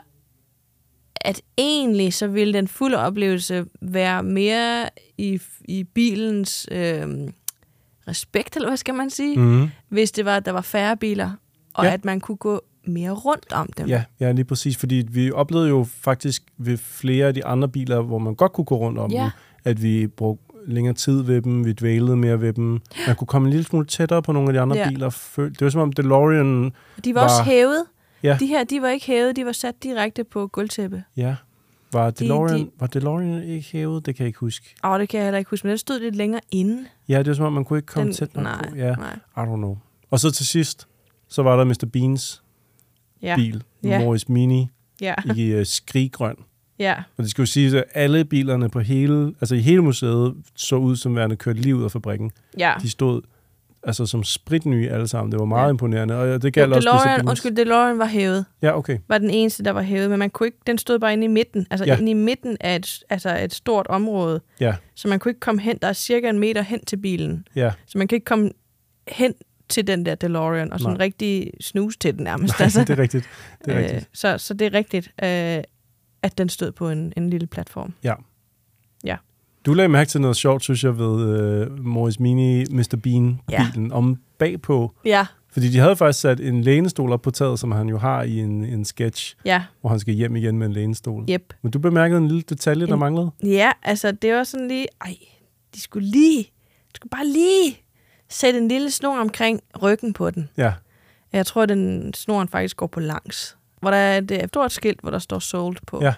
at egentlig så ville den fulde oplevelse være mere i, i bilens øhm, respekt, eller hvad skal man sige, mm. hvis det var, at der var færre biler, og Ja. at man kunne gå mere rundt om dem. Ja, ja, lige præcis. Fordi vi oplevede jo faktisk ved flere af de andre biler, hvor man godt kunne gå rundt om Ja. dem, at vi brugte længere tid ved dem, vi dvælede mere ved dem. Man kunne komme en lille smule tættere på nogle af de andre Ja. biler. Det var som om DeLorean De var, var også hævet. Ja. De her, de var ikke hævet, de var sat direkte på gulvtæppe. Ja. Var DeLorean, de- var DeLorean ikke hævet? Det kan jeg ikke huske. Åh, det kan jeg heller ikke huske, men den stod lidt længere inde. Ja, det var som om, man kunne ikke komme Den- tæt nok nej, på. Ja, nej. I don't know. Og så til sidst, så var der mister Beans Ja. bil, Ja. Morris Mini, Ja. i uh, skriggrøn. Ja. Og det skal jo sige, at alle bilerne på hele, altså i hele museet så ud som værende kørt lige ud af fabrikken. Ja. De stod altså som spritnye alle sammen. Det var meget Ja. imponerende, og det Jo, gælder også DeLorean, mister Beans. undskyld, DeLorean var hævet. Ja, okay. Var den eneste, der var hævet, men man kunne ikke, den stod bare inde i midten. Altså Ja. inde i midten af et, altså et stort område. Ja, Så man kunne ikke komme hen, der er cirka en meter hen til bilen. ja. Så man kan ikke komme hen til den der DeLorean og sådan Nej. rigtig snuse til den nærmest. Nej, altså. det er rigtigt. Det er Øh, rigtigt. så, så det er rigtigt, øh, at den stod på en, en lille platform. Ja. Ja. Du lagde mærke til noget sjovt, synes jeg, ved uh, Morris Mini mister Bean-bilen. Ja. Om bagpå. Ja, Fordi de havde faktisk sat en lænestol op på taget, som han jo har i en, en sketch, ja, hvor han skal hjem igen med en lænestol. jep. Men du bemærkede en lille detalje, der En- manglede? Ja, altså det var sådan lige, ej, de skulle lige, de skulle bare lige sætte en lille snor omkring ryggen på den. Ja. Jeg tror, den snoren faktisk går på langs. Hvor der er et stort skilt, hvor der står sold på. Ja.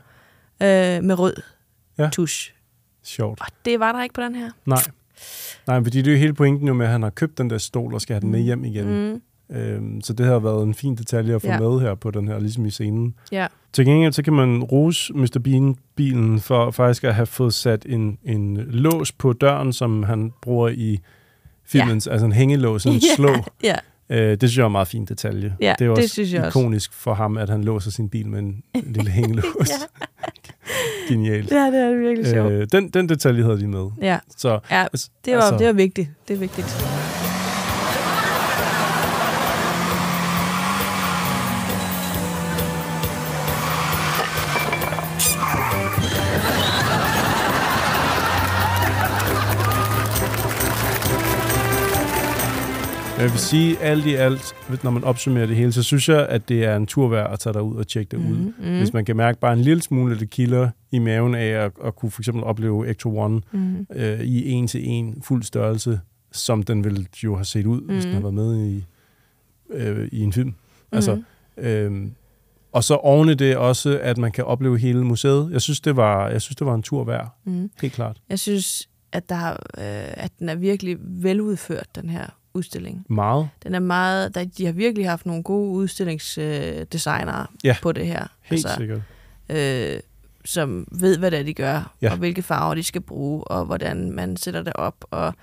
Øh, med rød Ja. tusch. Sjovt. Og det var der ikke på den her. Nej. Nej, fordi det er jo hele pointen jo med, at han har købt den der stol og skal have den med hjem igen. Mm. Øhm, så det har været en fin detalje at få Ja. med her på den her, ligesom i scenen. Ja. Til gengæld, så kan man rose mister Bean-bilen for faktisk at have fået sat en, en lås på døren, som han bruger i filmens, ja. altså en hængelås, en slå. Ja. Øh, det synes jeg er en meget fin detalje. Ja, det er det også synes jeg også. ikonisk for ham, at han låser sin bil med en, en lille hængelås. Ja. Genialt. Ja, det er virkelig sjovt. Øh, den, den detalje havde de med. Ja. Så, Ja, altså, det var, altså, det var vigtigt. Det er vigtigt. jeg vil sige, alt i alt, når man opsummerer det hele, så synes jeg, at det er en tur værd at tage derud og tjekke det ud. Mm-hmm. Hvis man kan mærke bare en lille smule, det kilder i maven af at, at kunne for eksempel opleve Ecto One mm-hmm. øh, i en til en fuld størrelse, som den ville jo have set ud, mm-hmm. hvis den havde været med i, øh, i en film. Mm-hmm. Altså, øh, og så oven i det også, at man kan opleve hele museet. Jeg synes, det var, jeg synes, det var en tur værd. Mm-hmm. Helt klart. Jeg synes, at, der, øh, at den er virkelig veludført, den her udstilling. Meget. Den er meget, der, de har virkelig haft nogle gode udstillingsdesignere øh, ja, på det her. Helt altså, sikkert. Øh, som ved, hvad det er, de gør, ja. og hvilke farver de skal bruge, og hvordan man sætter det op, og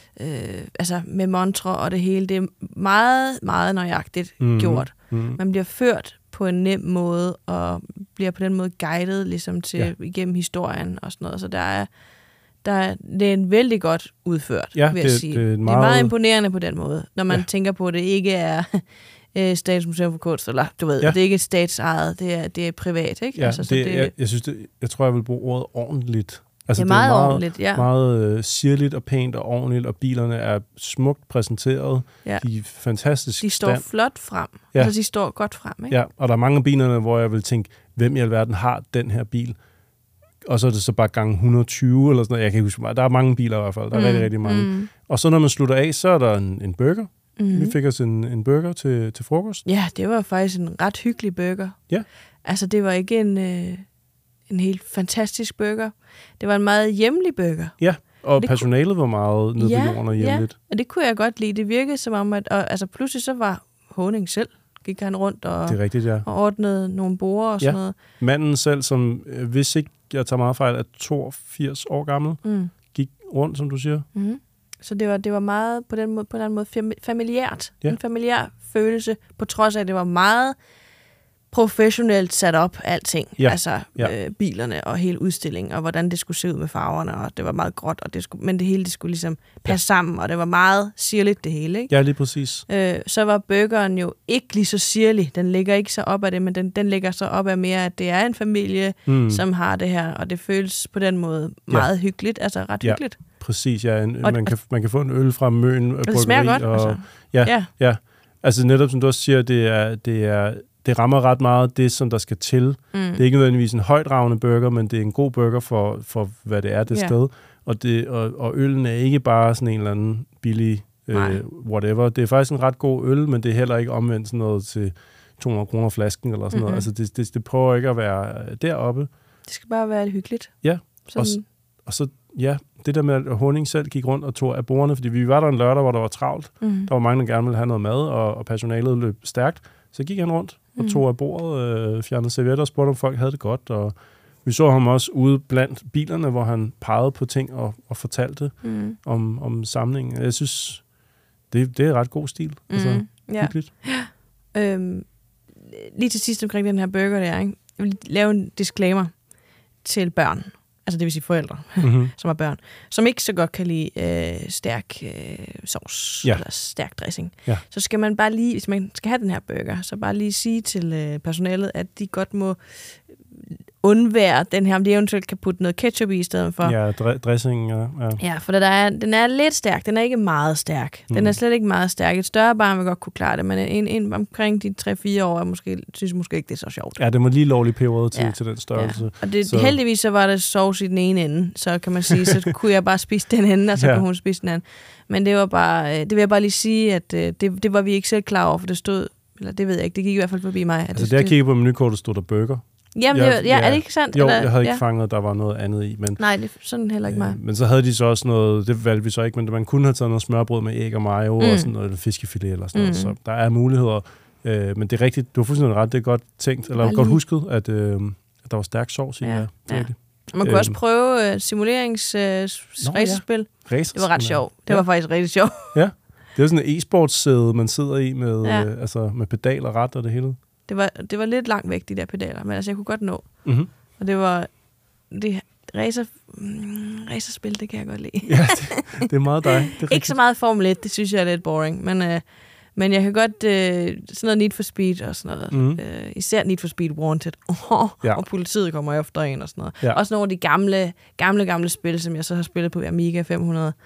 øh, altså med montre og det hele. Det er meget, meget nøjagtigt mm-hmm. gjort. Mm-hmm. Man bliver ført på en nem måde, og bliver på den måde guidet ligesom til, ja. igennem historien og sådan noget. Så der er Der, det er en vældig godt udført, ja, vil jeg det, sige. Det er, meget... det er meget imponerende på den måde, når man ja. tænker på, at det ikke er øh, Statens Museum for Kunst, eller du ved, ja. det er ikke statsejet, det er, det er privat, ikke? Ja, altså, så det, det, jeg, jeg, synes, det, jeg tror, jeg vil bruge ordet ordentligt. Altså, det er meget, det er meget ordentligt, ja. meget uh, sirligt og pænt og ordentligt, og bilerne er smukt præsenteret. Ja. De er fantastisk De står stand. flot frem. Ja. Altså, de står godt frem, ikke? Ja, og der er mange af bilerne, hvor jeg vil tænke, hvem i alverden har den her bil? Og så er det så bare gange et hundrede og tyve eller sådan noget. Jeg kan ikke huske meget. Der er mange biler i hvert fald. Der er mm. rigtig, rigtig mange. Mm. Og så når man slutter af, så er der en, en burger. Mm. Vi fik os en, en burger til, til frokost. Ja, det var faktisk en ret hyggelig burger. Ja. Altså, det var ikke en, øh, en helt fantastisk burger. Det var en meget hjemlig burger. Ja, og, og personalet kunne... var meget nede ja, på jorden og hjemligt. Ja, og det kunne jeg godt lide. Det virkede som om, at og, altså, pludselig så var Honing selv gik han rundt og, det er rigtigt, ja. og ordnede nogle borde og sådan ja. noget. Manden selv, som hvis ikke jeg tager meget fejl, er toogfirs år gammel, mm. gik rundt, som du siger. Mm. Så det var, det var meget på den måde, på den måde familiært. Ja. En familiær følelse, på trods af, at det var meget professionelt sat op, alting. Ja. Altså ja. Øh, bilerne og hele udstillingen, og hvordan det skulle se ud med farverne, og det var meget gråt, og det skulle, men det hele det skulle ligesom passe ja. sammen, og det var meget sirligt det hele, ikke? Ja, lige præcis. Øh, så var burgeren jo ikke lige så sirlig. Den ligger ikke så op af det, men den, den ligger så op af mere, at det er en familie, mm. som har det her, og det føles på den måde meget ja. hyggeligt, altså ret ja. hyggeligt. Præcis, ja. En, man, kan, man kan få en øl fra Møn og det smager godt, og, altså. Ja, ja, ja. Altså netop som du også siger, det er, det er det rammer ret meget det, som der skal til. Mm. Det er ikke nødvendigvis en højtravende burger, men det er en god burger for, for hvad det er det yeah. sted. Og, det, og, og øllen er ikke bare sådan en eller anden billig øh, whatever. Det er faktisk en ret god øl, men det er heller ikke omvendt sådan noget til to hundrede kroner flasken eller sådan mm-hmm. noget. Altså det, det, det prøver ikke at være deroppe. Det skal bare være hyggeligt. Ja, og, og så ja, det der med, at Honing selv gik rundt og tog af bordene, fordi vi var der en lørdag, hvor der var travlt. Mm. Der var mange, der gerne ville have noget mad, og, og personalet løb stærkt. Så gik han rundt og tog af bordet, øh, fjernede servietter og spurgte, om folk havde det godt. Og vi så ham også ude blandt bilerne, hvor han pegede på ting og, og fortalte mm. om, om samlingen. Jeg synes, det, det er ret god stil. Mm. Altså, ja. hyggeligt. Øhm, lige til sidst omkring den her burger der, ikke? Jeg vil lave en disclaimer til børn. Altså det vil sige forældre, mm-hmm. som er børn, som ikke så godt kan lide øh, stærk øh, sovs ja. eller stærk dressing. Ja. Så skal man bare lige, hvis man skal have den her burger, så bare lige sige til øh, personalet, at de godt må undvære den her, om de eventuelt kan putte noget ketchup i i stedet for. Ja, dre- dressing, ja. Ja, ja for der er, den er lidt stærk, den er ikke meget stærk. Den mm. er slet ikke meget stærk. Et større barn vil godt kunne klare det, men en, en omkring de tre fire år, er måske, synes måske ikke, det er så sjovt. Ja, det må lige lovligt peberet til, ja. til den størrelse. Ja. Og det, så. heldigvis så var der sovs i den ene ende, så kan man sige, så kunne jeg bare spise den ende, og så ja. kunne hun spise den anden. Men det var bare, det vil jeg bare lige sige, at det, det var vi ikke selv klar over, for det stod, eller det ved jeg ikke, det gik i hvert fald forbi mig. At altså det, da jeg kiggede på menukortet, stod der burger. Jamen, ja, ja, er det ikke sandt? Jo, eller? jeg havde ikke ja. fanget, at der var noget andet i. Men, nej, det er sådan heller ikke mig. Øh, men så havde de så også noget, det valgte vi så ikke, men man kunne have taget noget smørbrød med æg og mayo mm. og sådan noget fiskefilet eller sådan noget. Mm. Så der er muligheder. Øh, men det er rigtigt, du har fuldstændig ret, det er godt tænkt, eller godt lige. husket, at, øh, at der var stærk sovs i. Ja, ja. ja. Man kunne øh, også prøve uh, simuleringsracerspil. Uh, ja. Det var ret sjovt. Det ja. var faktisk rigtig sjovt. Ja, det er sådan en e-sportssæde, man sidder i med, ja. øh, altså, med pedal og ret og det hele. Det var, det var lidt langt væk, de der pedaler, men altså, jeg kunne godt nå. Mm-hmm. Og det var... Det, racer, mm, racerspil, det kan jeg godt lide. Ja, det, det er meget dig. Det er ikke så meget Formel et, det synes jeg er lidt boring, men, øh, men jeg kan godt... Øh, sådan noget Need for Speed og sådan noget. Mm-hmm. Øh, især Need for Speed Wanted. Oh, ja. Og politiet kommer efter en og sådan noget. Ja. Også nogle af de gamle, gamle, gamle spil, som jeg så har spillet på Amiga fem hundrede.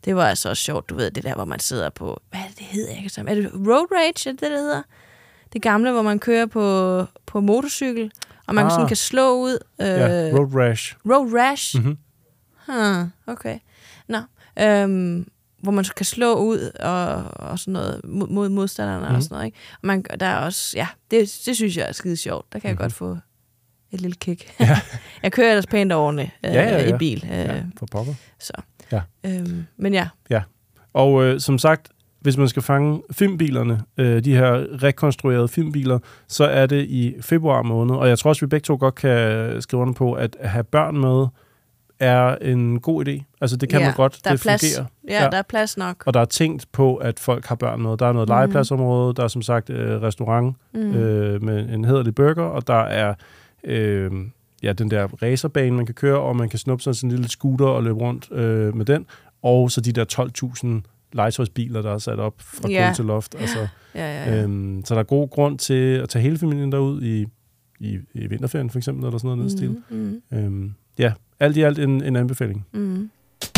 Det var altså også sjovt, du ved, det der, hvor man sidder på, hvad er det, det hedder, jeg kan sige. Er det Road Rage, er det det, der hedder? Det gamle, hvor man kører på, på motorcykel, og man ah. sådan kan slå ud. Øh, ja, Road Rash. Road Rash? Mm-hmm. Huh, okay. Nå, øhm, hvor man kan slå ud og, og sådan noget mod modstanderne mm-hmm. og sådan noget, ikke? Og man, der er også, ja, det, det synes jeg er skide sjovt. Der kan mm-hmm. jeg godt få et lille kick. Ja. Jeg kører ellers pænt ordentligt øh, ja, ja, ja. i bil. Øh, ja, for pokker. Så. Ja. Øhm, men ja. Ja, og øh, som sagt, hvis man skal fange filmbilerne, øh, de her rekonstruerede filmbiler, så er det i februar måned. Og jeg tror også, vi begge to godt kan skrive under på, at have børn med er en god idé. Altså det kan ja, man godt, det plads. fungerer. Ja, ja, der er plads nok. Og der er tænkt på, at folk har børn med. Der er noget mm. legepladsområde, der er som sagt øh, restaurant mm. øh, med en hæderlig burger, og der er øh, ja, den der racerbane, man kan køre, og man kan snuppe sådan en lille scooter og løbe rundt øh, med den. Og så de der tolv tusind legetøjsbiler, der er sat op fra ja. gulv til loft. Altså, ja, ja, ja. Øhm, så der er god grund til at tage hele familien derud i, i, i vinterferien for eksempel, eller sådan noget mm, stil. Mm. Øhm, ja, alt i alt en, en anbefaling. Mm.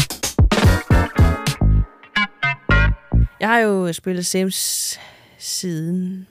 Jeg har jo spillet Sims siden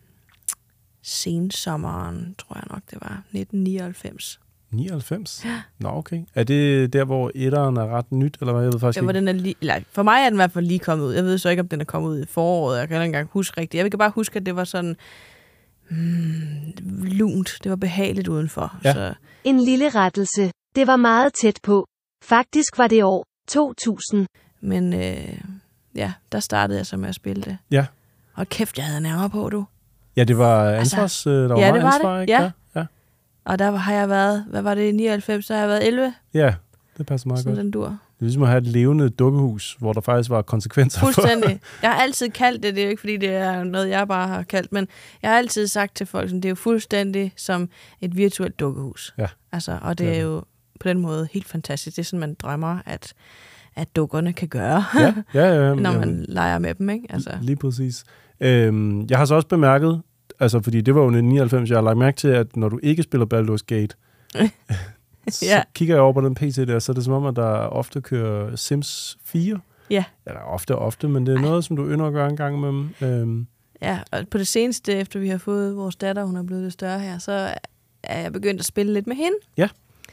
sensommeren, tror jeg nok det var, nitten nioghalvfems. nioghalvfems? Ja. Nå, okay. Er det der, hvor etteren er ret nyt, eller hvad? Jeg ved faktisk ja, ikke. Den er lige, eller, for mig er den i hvert fald lige kommet ud. Jeg ved så ikke, om den er kommet ud i foråret. Jeg kan ikke engang huske rigtigt. Jeg kan bare huske, at det var sådan hmm, lunt. Det var behageligt udenfor. Ja. Så. En lille rettelse. Det var meget tæt på. Faktisk var det år to tusind. Men øh, ja, der startede jeg så med at spille det. Ja. Og kæft, jeg havde nerver på, du. Ja, det var ansvars, altså, der var ja, meget det var ansvar, det. ikke? Ja. ja. Og der har jeg været, hvad var det, i nioghalvfems, så har jeg været elleve. Ja, det passer meget sådan godt. Den dur. Det er ligesom at have et levende dukkehus, hvor der faktisk var konsekvenser for. Fuldstændig. Jeg har altid kaldt det, det er jo ikke fordi, det er noget, jeg bare har kaldt, men jeg har altid sagt til folk, at det er jo fuldstændig som et virtuelt dukkehus. Ja. Altså, og det er jo på den måde helt fantastisk. Det er sådan, man drømmer, at, at dukkerne kan gøre, ja, ja, ja, når man jamen, leger med dem, ikke? Altså. Lige præcis. Øhm, jeg har så også bemærket, altså fordi det var jo nitten nioghalvfems, jeg har lagt mærke til, at når du ikke spiller Baldur's Gate, så ja. kigger jeg over på den P C der, så er det som om, at der ofte kører Sims fire. Ja. Eller ofte, ofte, men det er Ej. noget, som du ynder at gøre en gang med dem. Øhm. Ja, og på det seneste, efter vi har fået vores datter, hun er blevet lidt større her, så er jeg begyndt at spille lidt med hende. Ja.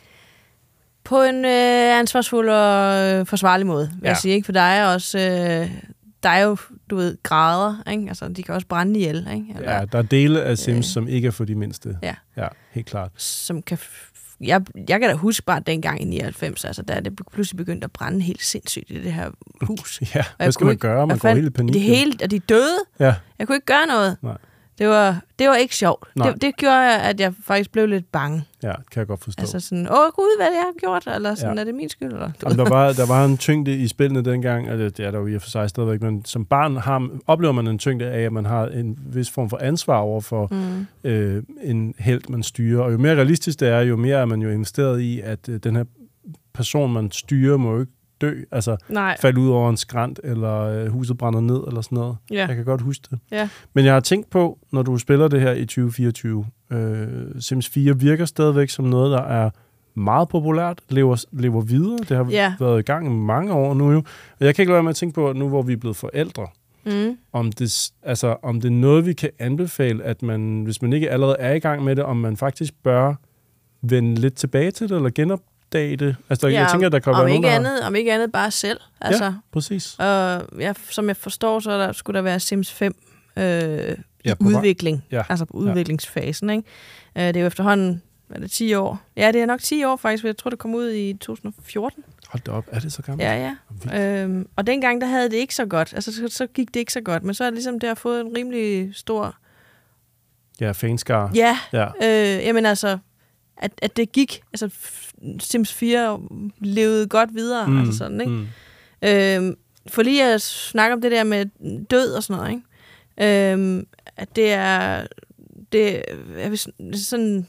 På en øh, ansvarsfuld og øh, forsvarlig måde, vil ja. jeg sige. Ikke? For der er også... Øh, der er jo, du ved, grader, ikke? Altså, de kan også brænde ihjel, ikke? Eller, ja, der er dele af Sims, øh, som ikke er for de mindste. Ja. Ja, helt klart. Som kan... F- jeg, jeg kan da huske bare dengang i nioghalvfems, altså, der er det pludselig begyndt at brænde helt sindssygt i det her hus. Ja, hvad skal man ikke, gøre? Man går helt i panik. Det hele, og de døde. Ja. Jeg kunne ikke gøre noget. Nej. Det var, det var ikke sjovt. Det, det gjorde, at jeg faktisk blev lidt bange. Ja, kan jeg godt forstå. Altså sådan, åh gud, hvad det jeg har gjort? Eller sådan, ja. Er det min skyld? Eller? Jamen, der, var, der var en tyngde i spillene dengang, og det er der jo i og for sig stadigvæk, men som barn har, oplever man en tyngde af, at man har en vis form for ansvar over for mm. øh, en helt, man styrer. Og jo mere realistisk det er, jo mere er man jo investeret i, at øh, den her person, man styrer, må jo ikke dø, altså falde ud over en skrant, eller øh, huset brænder ned, eller sådan noget. Ja. Jeg kan godt huske det. Ja. Men jeg har tænkt på, når du spiller det her i tyve fireogtyve, øh, Sims fire virker stadigvæk som noget, der er meget populært, lever, lever videre. Det har ja. været i gang i mange år nu jo. Og jeg kan ikke lade være med at tænke på, at nu hvor vi er blevet forældre, mm. om, det, altså, om det er noget, vi kan anbefale, at man, hvis man ikke allerede er i gang med det, om man faktisk bør vende lidt tilbage til det, eller genop det. Altså, ja, jeg tænker, der kan være ikke nogen, andet, om ikke andet bare selv. Altså, ja, præcis. Og ja, som jeg forstår, så der, skulle der være Sims fem øh, ja, udvikling. Ja. Altså på udviklingsfasen. Ikke? Øh, det er jo efterhånden, hvad er det, ti år? Ja, det er nok ti år faktisk, for jeg tror, det kom ud i to tusind og fjorten. Hold da op, er det så gammelt? Ja, ja. Øhm, og dengang, der havde det ikke så godt. Altså, så, så gik det ikke så godt. Men så er det ligesom, det har fået en rimelig stor... Ja, fanskare. Ja, ja. Øh, jamen altså... At, at det gik, altså Sims fire levede godt videre, mm, altså sådan, ikke? Mm. Øhm, for lige at snakke om det der med død og sådan noget, ikke? Øhm, at det er, det er sådan,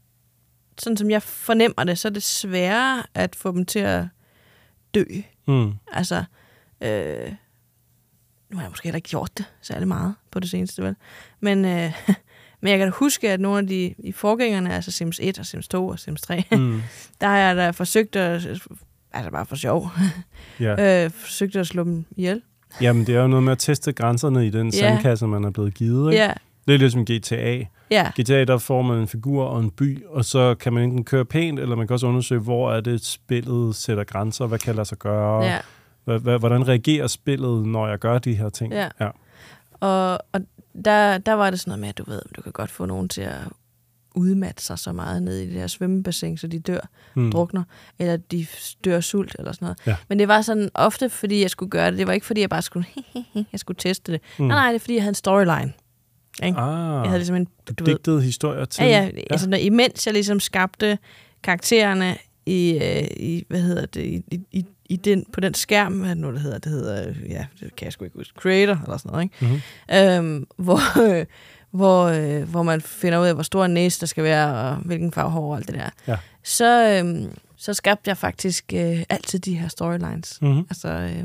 sådan som jeg fornemmer det, så er det sværere at få dem til at dø. Mm. Altså, øh, nu har jeg måske heller ikke gjort det særlig meget på det seneste, vel? Men... Øh, Men jeg kan da huske, at nogle af de i forgængerne, altså Sims et og Sims to og Sims tre, mm. der har jeg da forsøgt at altså bare for sjov, Ja. øh, forsøgte at slå dem ihjel. Jamen, det er jo noget med at teste grænserne i den Ja. sandkasse, man er blevet givet, ikke? Ja. Det er ligesom G T A. Ja. G T A, der får man en figur og en by, og så kan man enten køre pænt, eller man kan også undersøge, hvor er det, spillet sætter grænser, hvad kan lade sig gøre, Ja. H- hvordan reagerer spillet, når jeg gør de her ting. Ja. Ja. Og, og der, der var det sådan noget med, at du ved, du kan godt få nogen til at udmatte sig så meget ned i det her svømmebassin, så de dør, Hmm. drukner, eller de dør sult, eller sådan noget. Ja. Men det var sådan ofte, fordi jeg skulle gøre det. Det var ikke, fordi jeg bare skulle, jeg skulle teste det. Hmm. Nej, nej, det er, fordi jeg havde en storyline. Ikke? Ah, Jeg havde ligesom en, du, du digtede ved, historier til. Ja, ja, altså når, imens jeg ligesom skabte karaktererne i, øh, i hvad hedder det, i, i, i den, på den skærm, hvad er det nu, det hedder? Det hedder, ja, det kan jeg sgu ikke huske, Creator, eller sådan noget, ikke? Mm-hmm. Øhm, hvor, øh, hvor, øh, hvor man finder ud af, hvor stor en næse der skal være, og hvilken farve hår og alt det der. Ja. Så, øh, så skabte jeg faktisk øh, altid de her storylines. Mm-hmm. Altså, øh,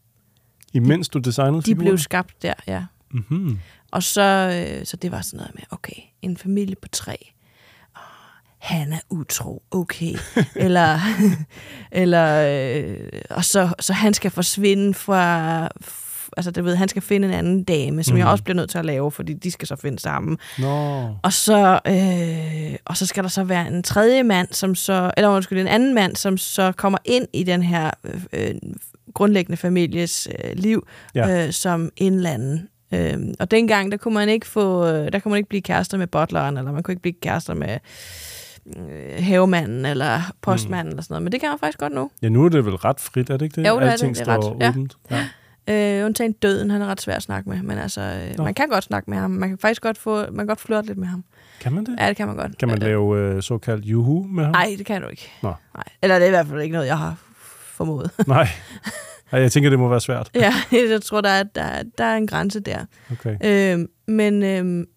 Imens du designede de figuren? blev skabt der, ja. Mm-hmm. Og så, øh, så det var sådan noget med, okay, en familie på tre. Oh, han er utro, okay. eller, eller øh, og så, så han skal forsvinde fra, f- altså du ved, han skal finde en anden dame, som mm. jeg også bliver nødt til at lave, fordi de skal så finde sammen. Nå. Og så, øh, og så skal der så være en tredje mand, som så, eller undskyld, en anden mand, som så kommer ind i den her øh, grundlæggende families øh, liv, Ja. øh, som en eller anden. Øhm, og dengang, der kunne man ikke få, øh, der kunne man ikke blive kærester med butleren, eller man kunne ikke blive kærester med øh, havemanden, eller postmanden, mm. eller sådan noget. Men det kan man faktisk godt nu. Ja, nu er det vel ret frit, er det ikke det? Jo, det er Alting det. Det er står ret, ja. åbent. Ja. Øh, undtagen døden, han er ret svær at snakke med, men altså, øh, man kan godt snakke med ham. Man kan faktisk godt få, man kan godt flirte lidt med ham. Kan man det? Ja, det kan man godt. Kan man lave øh, såkaldt juhu med ham? Nej, det kan du ikke. Nå. Nej. Eller det er i hvert fald ikke noget, jeg har formået. Nej. Ej, jeg tænker, det må være svært. Ja, jeg tror, der er, der, der er en grænse der. Okay. Øhm, men, øhm,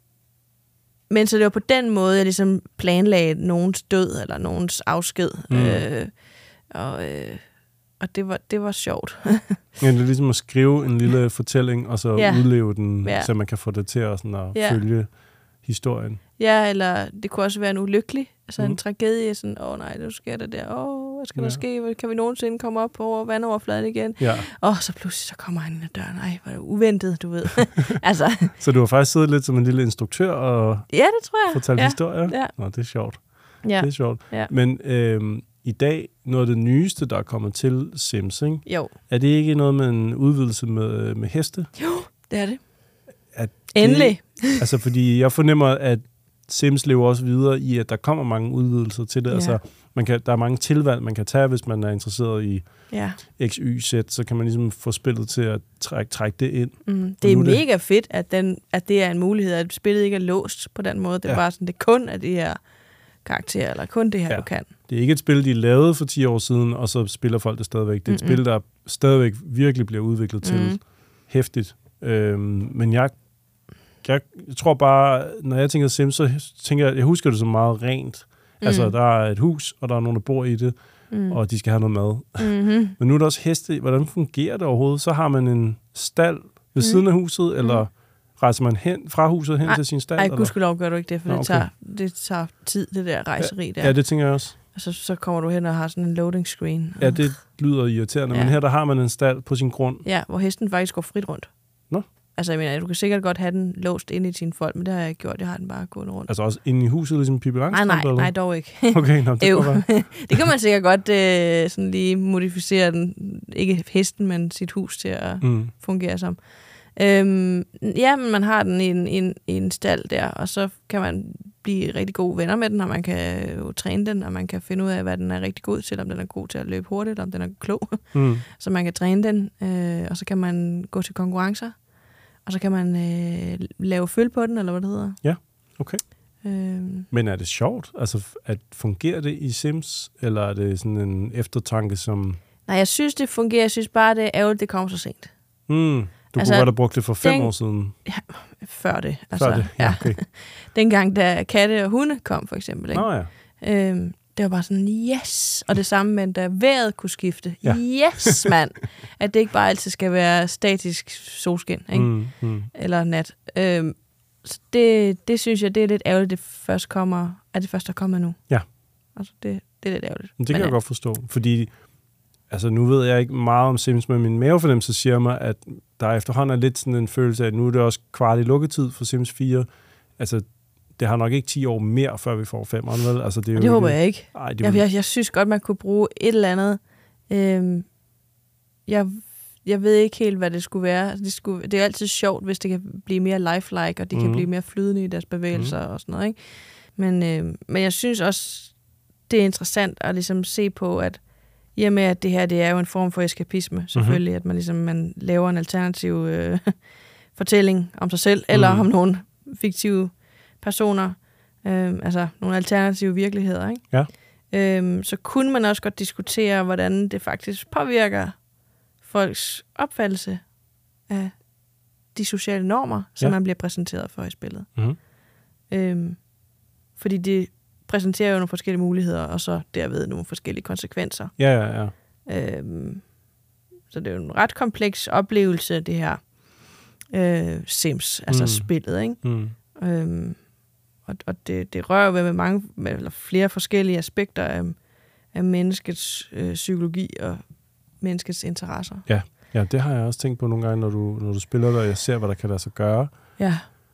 men så det var på den måde, jeg ligesom planlagde nogens død, eller nogens afsked. Mm. Øh, og øh, og det, var, det var sjovt. Ja, det er ligesom at skrive en lille fortælling, og så Ja. udleve den, Ja. så man kan få det til at, sådan, at Ja. følge historien. Ja, eller det kunne også være en ulykkelig, altså Mhm. en tragedie, sådan, åh oh, nej, nu sker det der, åh, oh, hvad skal Ja. der ske, kan vi nogensinde komme op over vandoverfladen igen? Ja. Og så pludselig, så kommer han ind ad døren, ej, hvor er det uventet, du ved. altså, Så du har faktisk siddet lidt som en lille instruktør og ja, det tror jeg. fortalt ja. historier? Ja. Nå, det er sjovt. Ja. Det er sjovt. Ja. Men øhm, i dag, noget af det nyeste, der er kommet til Sims, ikke? Jo. Er det ikke noget med en udvidelse med, med heste? Jo, det er det. At Endelig. Det, altså, fordi jeg fornemmer, at Sims lever også videre i, at der kommer mange udvidelser til det. Ja. Altså, man kan, der er mange tilvalg, man kan tage, hvis man er interesseret i Ja. X, Y, Z, så kan man ligesom få spillet til at trække, trække det ind. Mm, det er nu er mega det... fedt, at, den, at det er en mulighed, at spillet ikke er låst på den måde. Det er Ja. bare sådan, det er kun af de her karakterer, eller kun det her, Ja. du kan. Det er ikke et spil, de lavede for ti år siden, og så spiller folk det stadigvæk. Det er et Mm-mm. spil, der stadigvæk virkelig bliver udviklet til Mm. hæftigt. Øhm, men jeg, jeg, jeg tror bare, når jeg tænker Sims, så tænker jeg, jeg husker det som meget rent. Mm. Altså, der er et hus, og der er nogen, der bor i det, Mm. og de skal have noget mad. Mm-hmm. Men nu er der også heste. Hvordan fungerer det overhovedet? Så har man en stald ved Mm. siden af huset, eller rejser man hen fra huset hen Ej, til sin stald? Ej, eller? gudskelov gør du ikke det, for Nå, det, okay. tager, det tager tid, det der rejseri der. Ja, det tænker jeg også. Og så, så kommer du hen og har sådan en loading screen. Ja, det lyder irriterende, Ja. men her der har man en stald på sin grund. Ja, hvor hesten faktisk går frit rundt. Nå. Altså, jeg mener, du kan sikkert godt have den låst inde i sin fold, men det har jeg ikke gjort. Jeg har den bare gået rundt. Altså også inde i huset, ligesom Pippi Nej, Langstrømpe? nej, eller? nej, dog ikke. Okay, nå, det Øv. kunne være. Det kan man sikkert godt øh, sådan lige modificere den, ikke hesten, men sit hus til at Mm. fungere som. Øhm, ja, men man har den i en, i, en, i en stald der, og så kan man blive rigtig gode venner med den, og man kan jo træne den, og man kan finde ud af, hvad den er rigtig god til, om den er god til at løbe hurtigt, om den er klog. Mm. Så man kan træne den, øh, og så kan man gå til konkurrencer, og så kan man øh, lave følge på den, eller hvad det hedder. Ja, okay. Øhm, Men er det sjovt? Altså, at fungerer det i Sims, eller er det sådan en eftertanke, som... nej, jeg synes, det fungerer. Jeg synes bare, det er ærgerligt, det kommer så sent. Mm, du Altså, kunne godt have brugt det for fem den- år siden. Ja, før det. Altså, Før det, ja, okay. Dengang, da katte og hunde kom, for eksempel. Ikke? Nå ja. Øhm, det var bare sådan, yes! Og det samme med, da vejret kunne skifte. Ja. Yes, mand! At det ikke bare altid skal være statisk solskin, ikke? Mm, mm. Eller nat. Øhm, så det, det synes jeg, det er lidt ærgerligt, det først kommer, at det først er kommet nu. Ja. Altså, det, det er lidt ærgerligt. Men det kan Men, jeg øh, godt forstå, fordi altså nu ved jeg ikke meget om Sims, men min mavefornemmelse siger mig, at der efterhånden er lidt sådan en følelse af, at nu er det også kvart i lukketid for Sims fire. Altså, det har nok ikke ti år mere, før vi får femeren, vel? Altså, det er jo det ikke, håber jeg ikke. Ej, det jeg, jeg, jeg synes godt, man kunne bruge et eller andet. Øhm, jeg, jeg ved ikke helt, hvad det skulle være. Det, skulle, det er altid sjovt, hvis det kan blive mere lifelike, og de mm. kan blive mere flydende i deres bevægelser mm. og sådan noget, ikke? Men, øhm, men jeg synes også, det er interessant at ligesom se på, at i og med, at det her det er jo en form for eskapisme, selvfølgelig, mm-hmm. at man ligesom man laver en alternativ øh, fortælling om sig selv, mm. eller om nogle fiktive personer, øh, altså nogle alternative virkeligheder, ikke? Ja. Øhm, så kunne man også godt diskutere, hvordan det faktisk påvirker folks opfattelse af de sociale normer, som ja. man bliver præsenteret for i spillet. Mm-hmm. Øhm, fordi det præsenterer jo nogle forskellige muligheder, og så derved nogle forskellige konsekvenser. Ja, ja, ja. Øhm, så det er jo en ret kompleks oplevelse, det her øh, Sims, altså mm. spillet, ikke? Mm. Øhm, og og det, det rører ved med mange, med, eller flere forskellige aspekter af, af menneskets øh, psykologi og menneskets interesser. Ja. ja, det har jeg også tænkt på nogle gange, når du, når du spiller det, og jeg ser, hvad der kan lade sig gøre. Ja.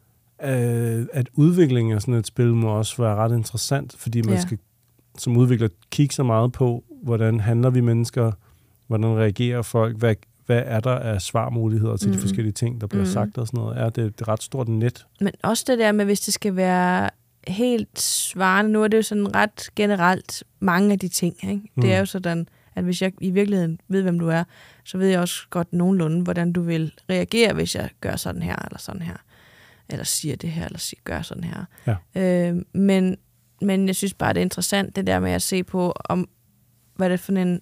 Uh, at udviklingen af sådan et spil må også være ret interessant, fordi man ja. skal som udvikler kigge så meget på, hvordan handler vi mennesker, hvordan reagerer folk, hvad, hvad er der af svarmuligheder til mm. de forskellige ting, der bliver mm. sagt og sådan noget. Er det, det er et ret stort net. Men også det der med, hvis det skal være helt svarende, nu er det jo sådan ret generelt mange af de ting, ikke? Mm. Det er jo sådan, at hvis jeg i virkeligheden ved, hvem du er, så ved jeg også godt nogenlunde, hvordan du vil reagere, hvis jeg gør sådan her eller sådan her. Eller siger det her, eller siger, gør sådan her. Ja. Øh, men, men jeg synes bare, det er interessant, det der med at se på, om hvad er det for en,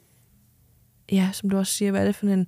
ja, som du også siger, hvad er det for en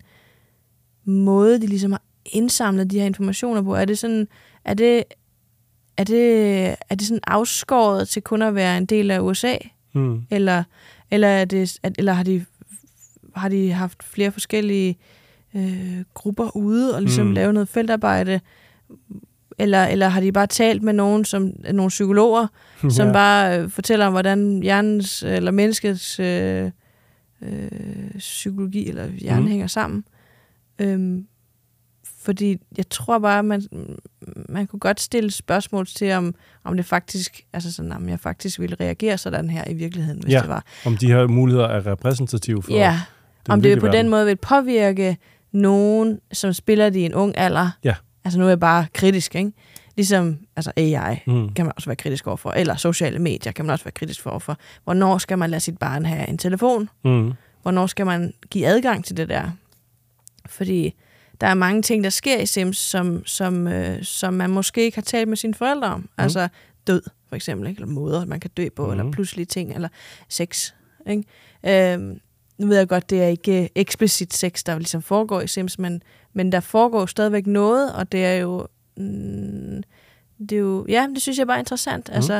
måde, de ligesom har indsamlet de her informationer på. Er det sådan, er det, er det, er det sådan afskåret til kun at være en del af U S A? Mm. Eller, eller, er det, eller har, de, har de haft flere forskellige øh, grupper ude og ligesom mm. lavet noget feltarbejde? Eller, eller har de bare talt med nogen, som nogle psykologer, ja. som bare øh, fortæller om, hvordan hjernens eller menneskets øh, øh, psykologi eller hjernen mm. hænger sammen? Øhm, fordi jeg tror bare, man man kunne godt stille spørgsmål til, om, om det faktisk, altså sådan, om jeg faktisk ville reagere sådan her i virkeligheden, hvis ja, det var. Om de her muligheder er repræsentative for ja, den om det på verden. Den måde vil påvirke nogen, som spiller det i en ung alder. Ja. Altså nu er jeg bare kritisk, ikke? Ligesom altså A I mm. kan man også være kritisk overfor, eller sociale medier kan man også være kritisk overfor. Hvornår skal man lade sit barn have en telefon? Mm. Hvornår skal man give adgang til det der? Fordi der er mange ting, der sker i Sims, som, som, øh, som man måske ikke har talt med sine forældre om. Mm. Altså død, for eksempel, ikke? Eller måder, man kan dø på, mm. eller pludselige ting, eller sex. Ikke? Øhm, nu ved jeg godt, det er ikke eksplicit sex, der ligesom foregår i Sims, men, men der foregår stadigvæk noget, og det er jo... Mm, det er jo... Ja, det synes jeg bare er interessant. Mm. Altså,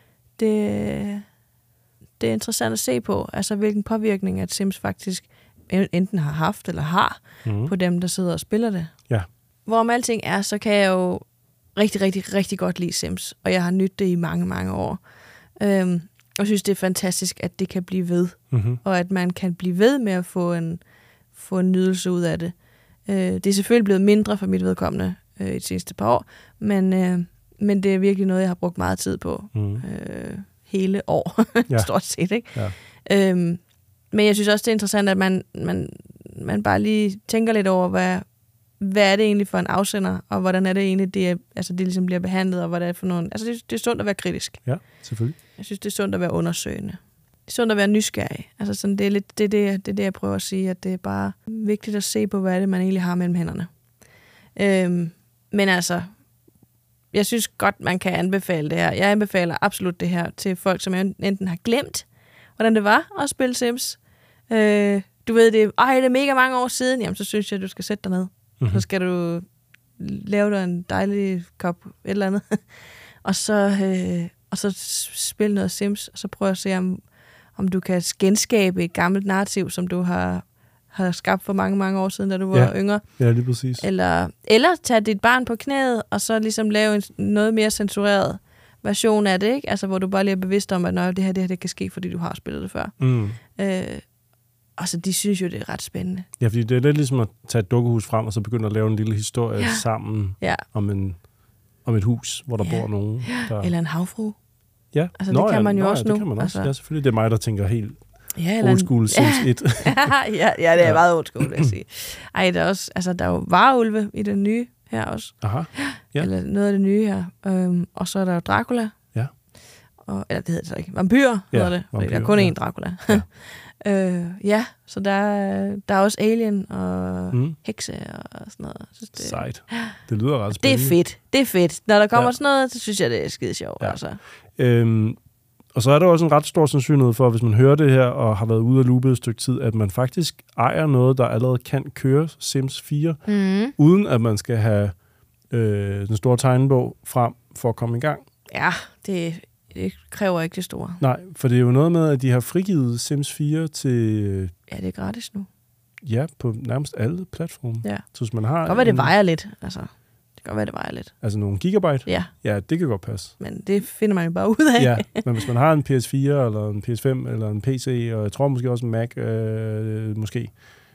det, det er interessant at se på, altså hvilken påvirkning, at Sims faktisk enten har haft eller har mm. på dem, der sidder og spiller det. Ja. Hvorom alting er, så kan jeg jo rigtig, rigtig, rigtig godt lide Sims, og jeg har nydt det i mange, mange år. Øhm, og synes, det er fantastisk, at det kan blive ved, mm-hmm. og at man kan blive ved med at få en, få en nydelse ud af det. Øh, det er selvfølgelig blevet mindre for mit vedkommende øh, i de seneste par år, men, øh, men det er virkelig noget, jeg har brugt meget tid på. Mm. Øh, hele år, ja. stort set, ikke? Ja. Øhm, men jeg synes også, det er interessant, at man, man, man bare lige tænker lidt over, hvad, hvad er det egentlig for en afsender, og hvordan er det egentlig, det, er, altså det ligesom bliver behandlet, og hvad det er for nogen... Altså, det, det er sundt at være kritisk. Ja, selvfølgelig. Jeg synes, det er sundt at være undersøgende. Det er sundt at være nysgerrig. Altså, sådan, det er lidt det, det, det, det, jeg prøver at sige, at det er bare vigtigt at se på, hvad er det, man egentlig har mellem hænderne. Øhm, men altså, jeg synes godt, man kan anbefale det her. Jeg anbefaler absolut det her til folk, som enten har glemt, hvordan det var at spille Sims. Øh, du ved, det, ej, det er mega mange år siden, jamen så synes jeg, at du skal sætte dig ned. Mm-hmm. Så skal du lave dig en dejlig kop, et eller andet. og, så, øh, og så spille noget Sims, og så prøve at se, om, om du kan genskabe et gammelt narrativ, som du har, har skabt for mange, mange år siden, da du var ja. yngre. Ja, lige præcis. Eller, eller tage dit barn på knæet, og så ligesom lave en noget mere censureret version af det, ikke? Altså, hvor du bare lige er bevidst om, at når det her, det her det kan ske, fordi du har spillet det før. Mm. Øh, altså, de synes jo, det er ret spændende. Ja, fordi det er lidt ligesom at tage et dukkehus frem, og så begynde at lave en lille historie ja. sammen ja. om, en, om et hus, hvor der ja. bor nogen. Der... Eller en havfru. Ja, altså, Nå, det kan man jo ja, også Nå, nu. det kan man også. Altså... Ja, selvfølgelig. Det er mig, der tænker helt ja, old school Sims et. ja, ja, det er meget old school, vil jeg sige. Ej, der er også, altså, der er jo varulve i den nye her også. Aha. Ja. Eller noget af det nye her. Øhm, og så er der jo Dracula. Ja. Og, eller det hedder det så ikke. Vampyr ja, hedder det. Vampyr, der er kun én ja. Dracula. Ja. øh, ja, så der er, der er også Alien og mm. hekse og sådan noget. Synes, det, Sejt. Det lyder ret spændende. Det er fedt. Det er fedt. Når der kommer ja. sådan noget, så synes jeg, det er skide sjovt. Ja. Altså. Øhm, og så er der også en ret stor sandsynlighed for, hvis man hører det her og har været ude og loopet et stykke tid, at man faktisk ejer noget, der allerede kan køre Sims fire, mm. uden at man skal have øh, den store tegnebog frem for at komme i gang. Ja, det, det kræver ikke det store. Nej, for det er jo noget med, at de har frigivet Sims fire til... Ja, det er gratis nu. Ja, på nærmest alle platforme. Ja. Så hvis man har... Det kan godt være, det vejer lidt. Altså, det kan godt være, det vejer lidt. Altså nogle gigabyte? Ja. Ja, det kan godt passe. Men det finder man jo bare ud af. Ja, men hvis man har en P S fire, eller en P S fem, eller en P C, og jeg tror måske også en Mac, øh, måske...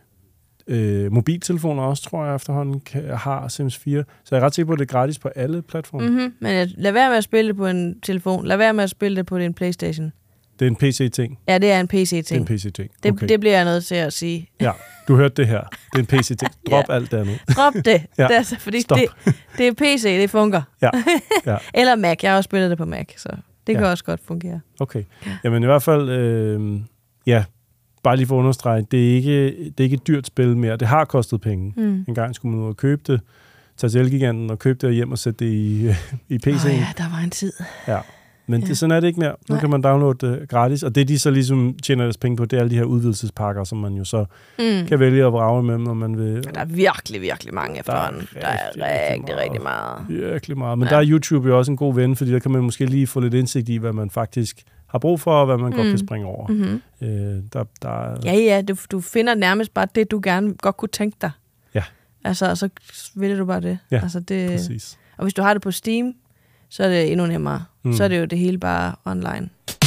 Øh, mobiltelefoner også, tror jeg, efterhånden kan, har Sims fire. Så jeg er ret sikker på, at det er gratis på alle platforme. Mm-hmm. Men lad være med at spille det på en telefon. Lad være med at spille det på din PlayStation. Det er en P C-ting? Ja, det er en P C-ting. Det er en P C-ting. Okay. Okay. Det, det bliver jeg nødt til at sige. Ja, du hørte det her. Det er en P C-ting. Drop ja. alt det andet. Drop det. Ja. Det er altså, fordi det, det er P C, det fungerer. Ja. Ja. Eller Mac. Jeg har også spillet det på Mac, så det kan ja. også godt fungere. Okay. Jamen i hvert fald, øh, ja, bare lige for at understrege, det er, ikke, det er ikke et dyrt spil mere. Det har kostet penge. Mm. En gang skulle man ud og købe det, tage til Elgiganten og købe det hjem og sætte det i, i P C'en. Åh ja, der var en tid. Ja, men ja. det, sådan er det ikke mere. Nu Nej. kan man downloade det gratis, og det de så ligesom tjener deres penge på, det er alle de her udvidelsespakker, som man jo så mm. kan vælge at vrage med, når man vil. Der er virkelig, virkelig mange efterhånden. Der er rigtig, der er rigtig, rigtig meget. Virkelig meget. Men ja. der er YouTube jo også en god ven, fordi der kan man måske lige få lidt indsigt i, hvad man faktisk har brug for, og hvad man mm. godt kan springe over. Mm-hmm. Øh, der, der... Ja, ja, du, du finder nærmest bare det, du gerne godt kunne tænke dig. Ja. Altså, og så vælger du bare det. Ja, altså, det... præcis. Og hvis du har det på Steam, så er det endnu nemmere. Mm. Så er det jo det hele bare online.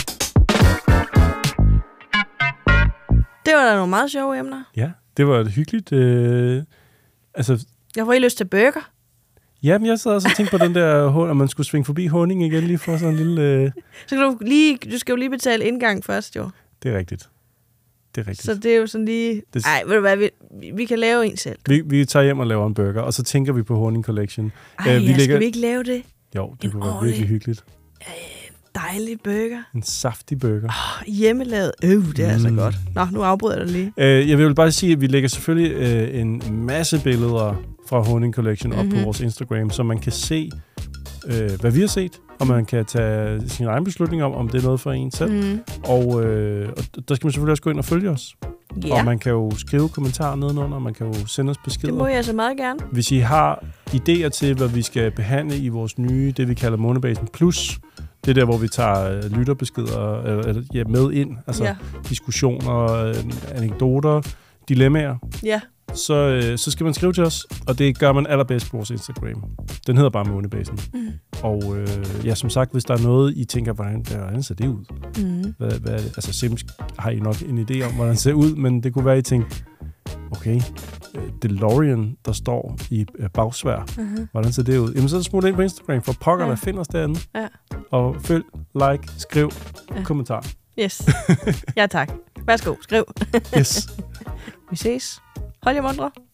Det var da nogle meget sjove emner. Ja, det var et hyggeligt. Øh... Altså... Jeg får I lyst til burger. Jamen, jeg sad også og tænkte på den der, om man skulle svinge forbi Honning igen, lige for sådan en lille... Øh... Så kan du lige, du skal jo lige betale indgang først, jo. Det er rigtigt. Det er rigtigt. Så det er jo sådan lige... Det... Ej, ved du hvad, vi, vi kan lave en selv. Vi, vi tager hjem og laver en burger, og så tænker vi på Honning Collection. Ej, uh, vi ja, lægger... skal vi ikke lave det? Jo, det en kunne være virkelig hyggeligt. Øh, dejlig burger. En saftig burger. Oh, hjemmelavet. Øh, det er mm. så godt. Nå, nu afbryder jeg dig lige. Uh, jeg vil bare sige, at vi lægger selvfølgelig uh, en masse billeder fra Honning Collection op mm-hmm. på vores Instagram, så man kan se, uh, hvad vi har set, og man kan tage sin egen beslutning om, om det er noget for en selv. Mm. Og, uh, og der skal man selvfølgelig også gå ind og følge os. Yeah. Og man kan jo skrive kommentarer nedenunder, og man kan jo sende os beskeder. Det må jeg så meget gerne. Hvis I har idéer til, hvad vi skal behandle i vores nye, det vi kalder Månebasen Plus, det er der, hvor vi tager lytterbeskeder eller, ja, med ind, altså yeah. diskussioner, anekdoter, dilemmaer. Ja. Yeah. Så, øh, så skal man skrive til os, og det gør man allerbedst på vores Instagram. Den hedder bare Månebasen. Mm. Og øh, ja, som sagt, hvis der er noget, I tænker, hvordan, hvordan ser det ud? Mm. Hvad, hvad, altså Sims har I nok en idé om, hvordan det ser ud, men det kunne være, I tænker, okay, øh, DeLorean, der står i øh, bagsvær, uh-huh. hvordan ser det ud? Jamen så smut ind på Instagram, for pokker, ja. der finder os derinde. Ja. Og følg, like, skriv, ja. kommentar. Yes. Ja tak. Værsgo, skriv. Yes. Vi ses. Hold jer mundre.